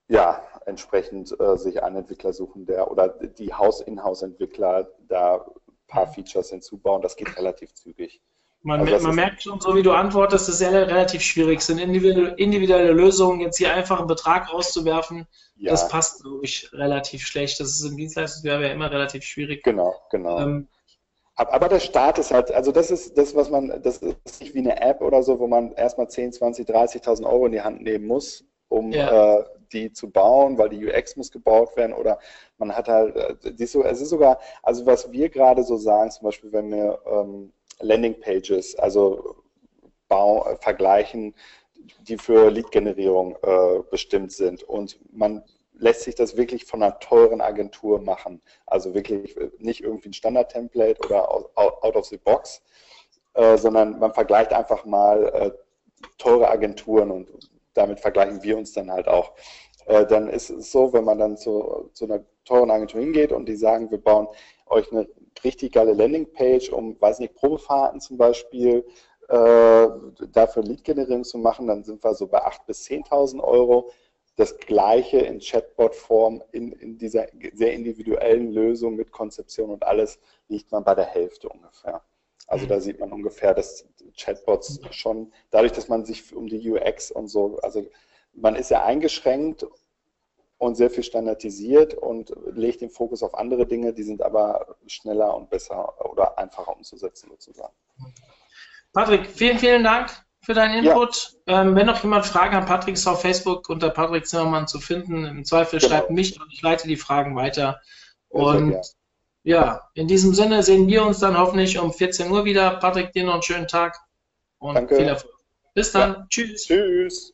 ja, entsprechend äh, sich einen Entwickler suchen, der oder die Haus-In-House-Entwickler da ein paar Features hinzubauen. Das geht relativ zügig. Man, Also das man ist, merkt schon, so wie du antwortest, es ist ja relativ schwierig. Es sind individuelle, individuelle Lösungen, jetzt hier einfach einen Betrag rauszuwerfen, das ja, passt, glaube ich, relativ schlecht. Das ist im Dienstleistungsgewerbe ja immer relativ schwierig. genau, genau. Ähm, Ab- Aber der Start ist halt, also das ist das, was man, das ist nicht wie eine App oder so, wo man erstmal zehn, zwanzig, dreißigtausend Euro in die Hand nehmen muss, um ja, äh, die zu bauen, weil die U X muss gebaut werden oder man hat halt, äh, die ist so, es ist sogar, also was wir gerade so sagen, zum Beispiel, wenn wir ähm, Landingpages, also bau, äh, vergleichen, die für Lead-Generierung äh, bestimmt sind und man lässt sich das wirklich von einer teuren Agentur machen. Also wirklich nicht irgendwie ein Standard-Template oder out of the box, äh, sondern man vergleicht einfach mal äh, teure Agenturen und damit vergleichen wir uns dann halt auch. Äh, dann ist es so, wenn man dann zu, zu einer teuren Agentur hingeht und die sagen, wir bauen euch eine richtig geile Landingpage, um, weiß nicht, Probefahrten zum Beispiel, äh, dafür Lead-Generierung zu machen, dann sind wir so bei achttausend bis zehntausend Euro. Das Gleiche in Chatbot-Form, in, in dieser sehr individuellen Lösung mit Konzeption und alles, liegt man bei der Hälfte ungefähr. Also da sieht man ungefähr, dass Chatbots schon, dadurch, dass man sich um die U X und so, also man ist ja eingeschränkt und sehr viel standardisiert und legt den Fokus auf andere Dinge, die sind aber schneller und besser oder einfacher umzusetzen sozusagen. Patrick, vielen, vielen Dank für deinen Ja, Input. Ähm, wenn noch jemand Fragen hat, Patrick ist auf Facebook unter Patrick Zimmermann zu finden. Im Zweifel schreibt genau. mich und ich leite die Fragen weiter. Sehr, sehr Und gerne. ja, in diesem Sinne sehen wir uns dann hoffentlich um vierzehn Uhr wieder. Patrick, dir noch einen schönen Tag und viel Danke. Erfolg. Bis Ja. dann. Tschüss. Tschüss.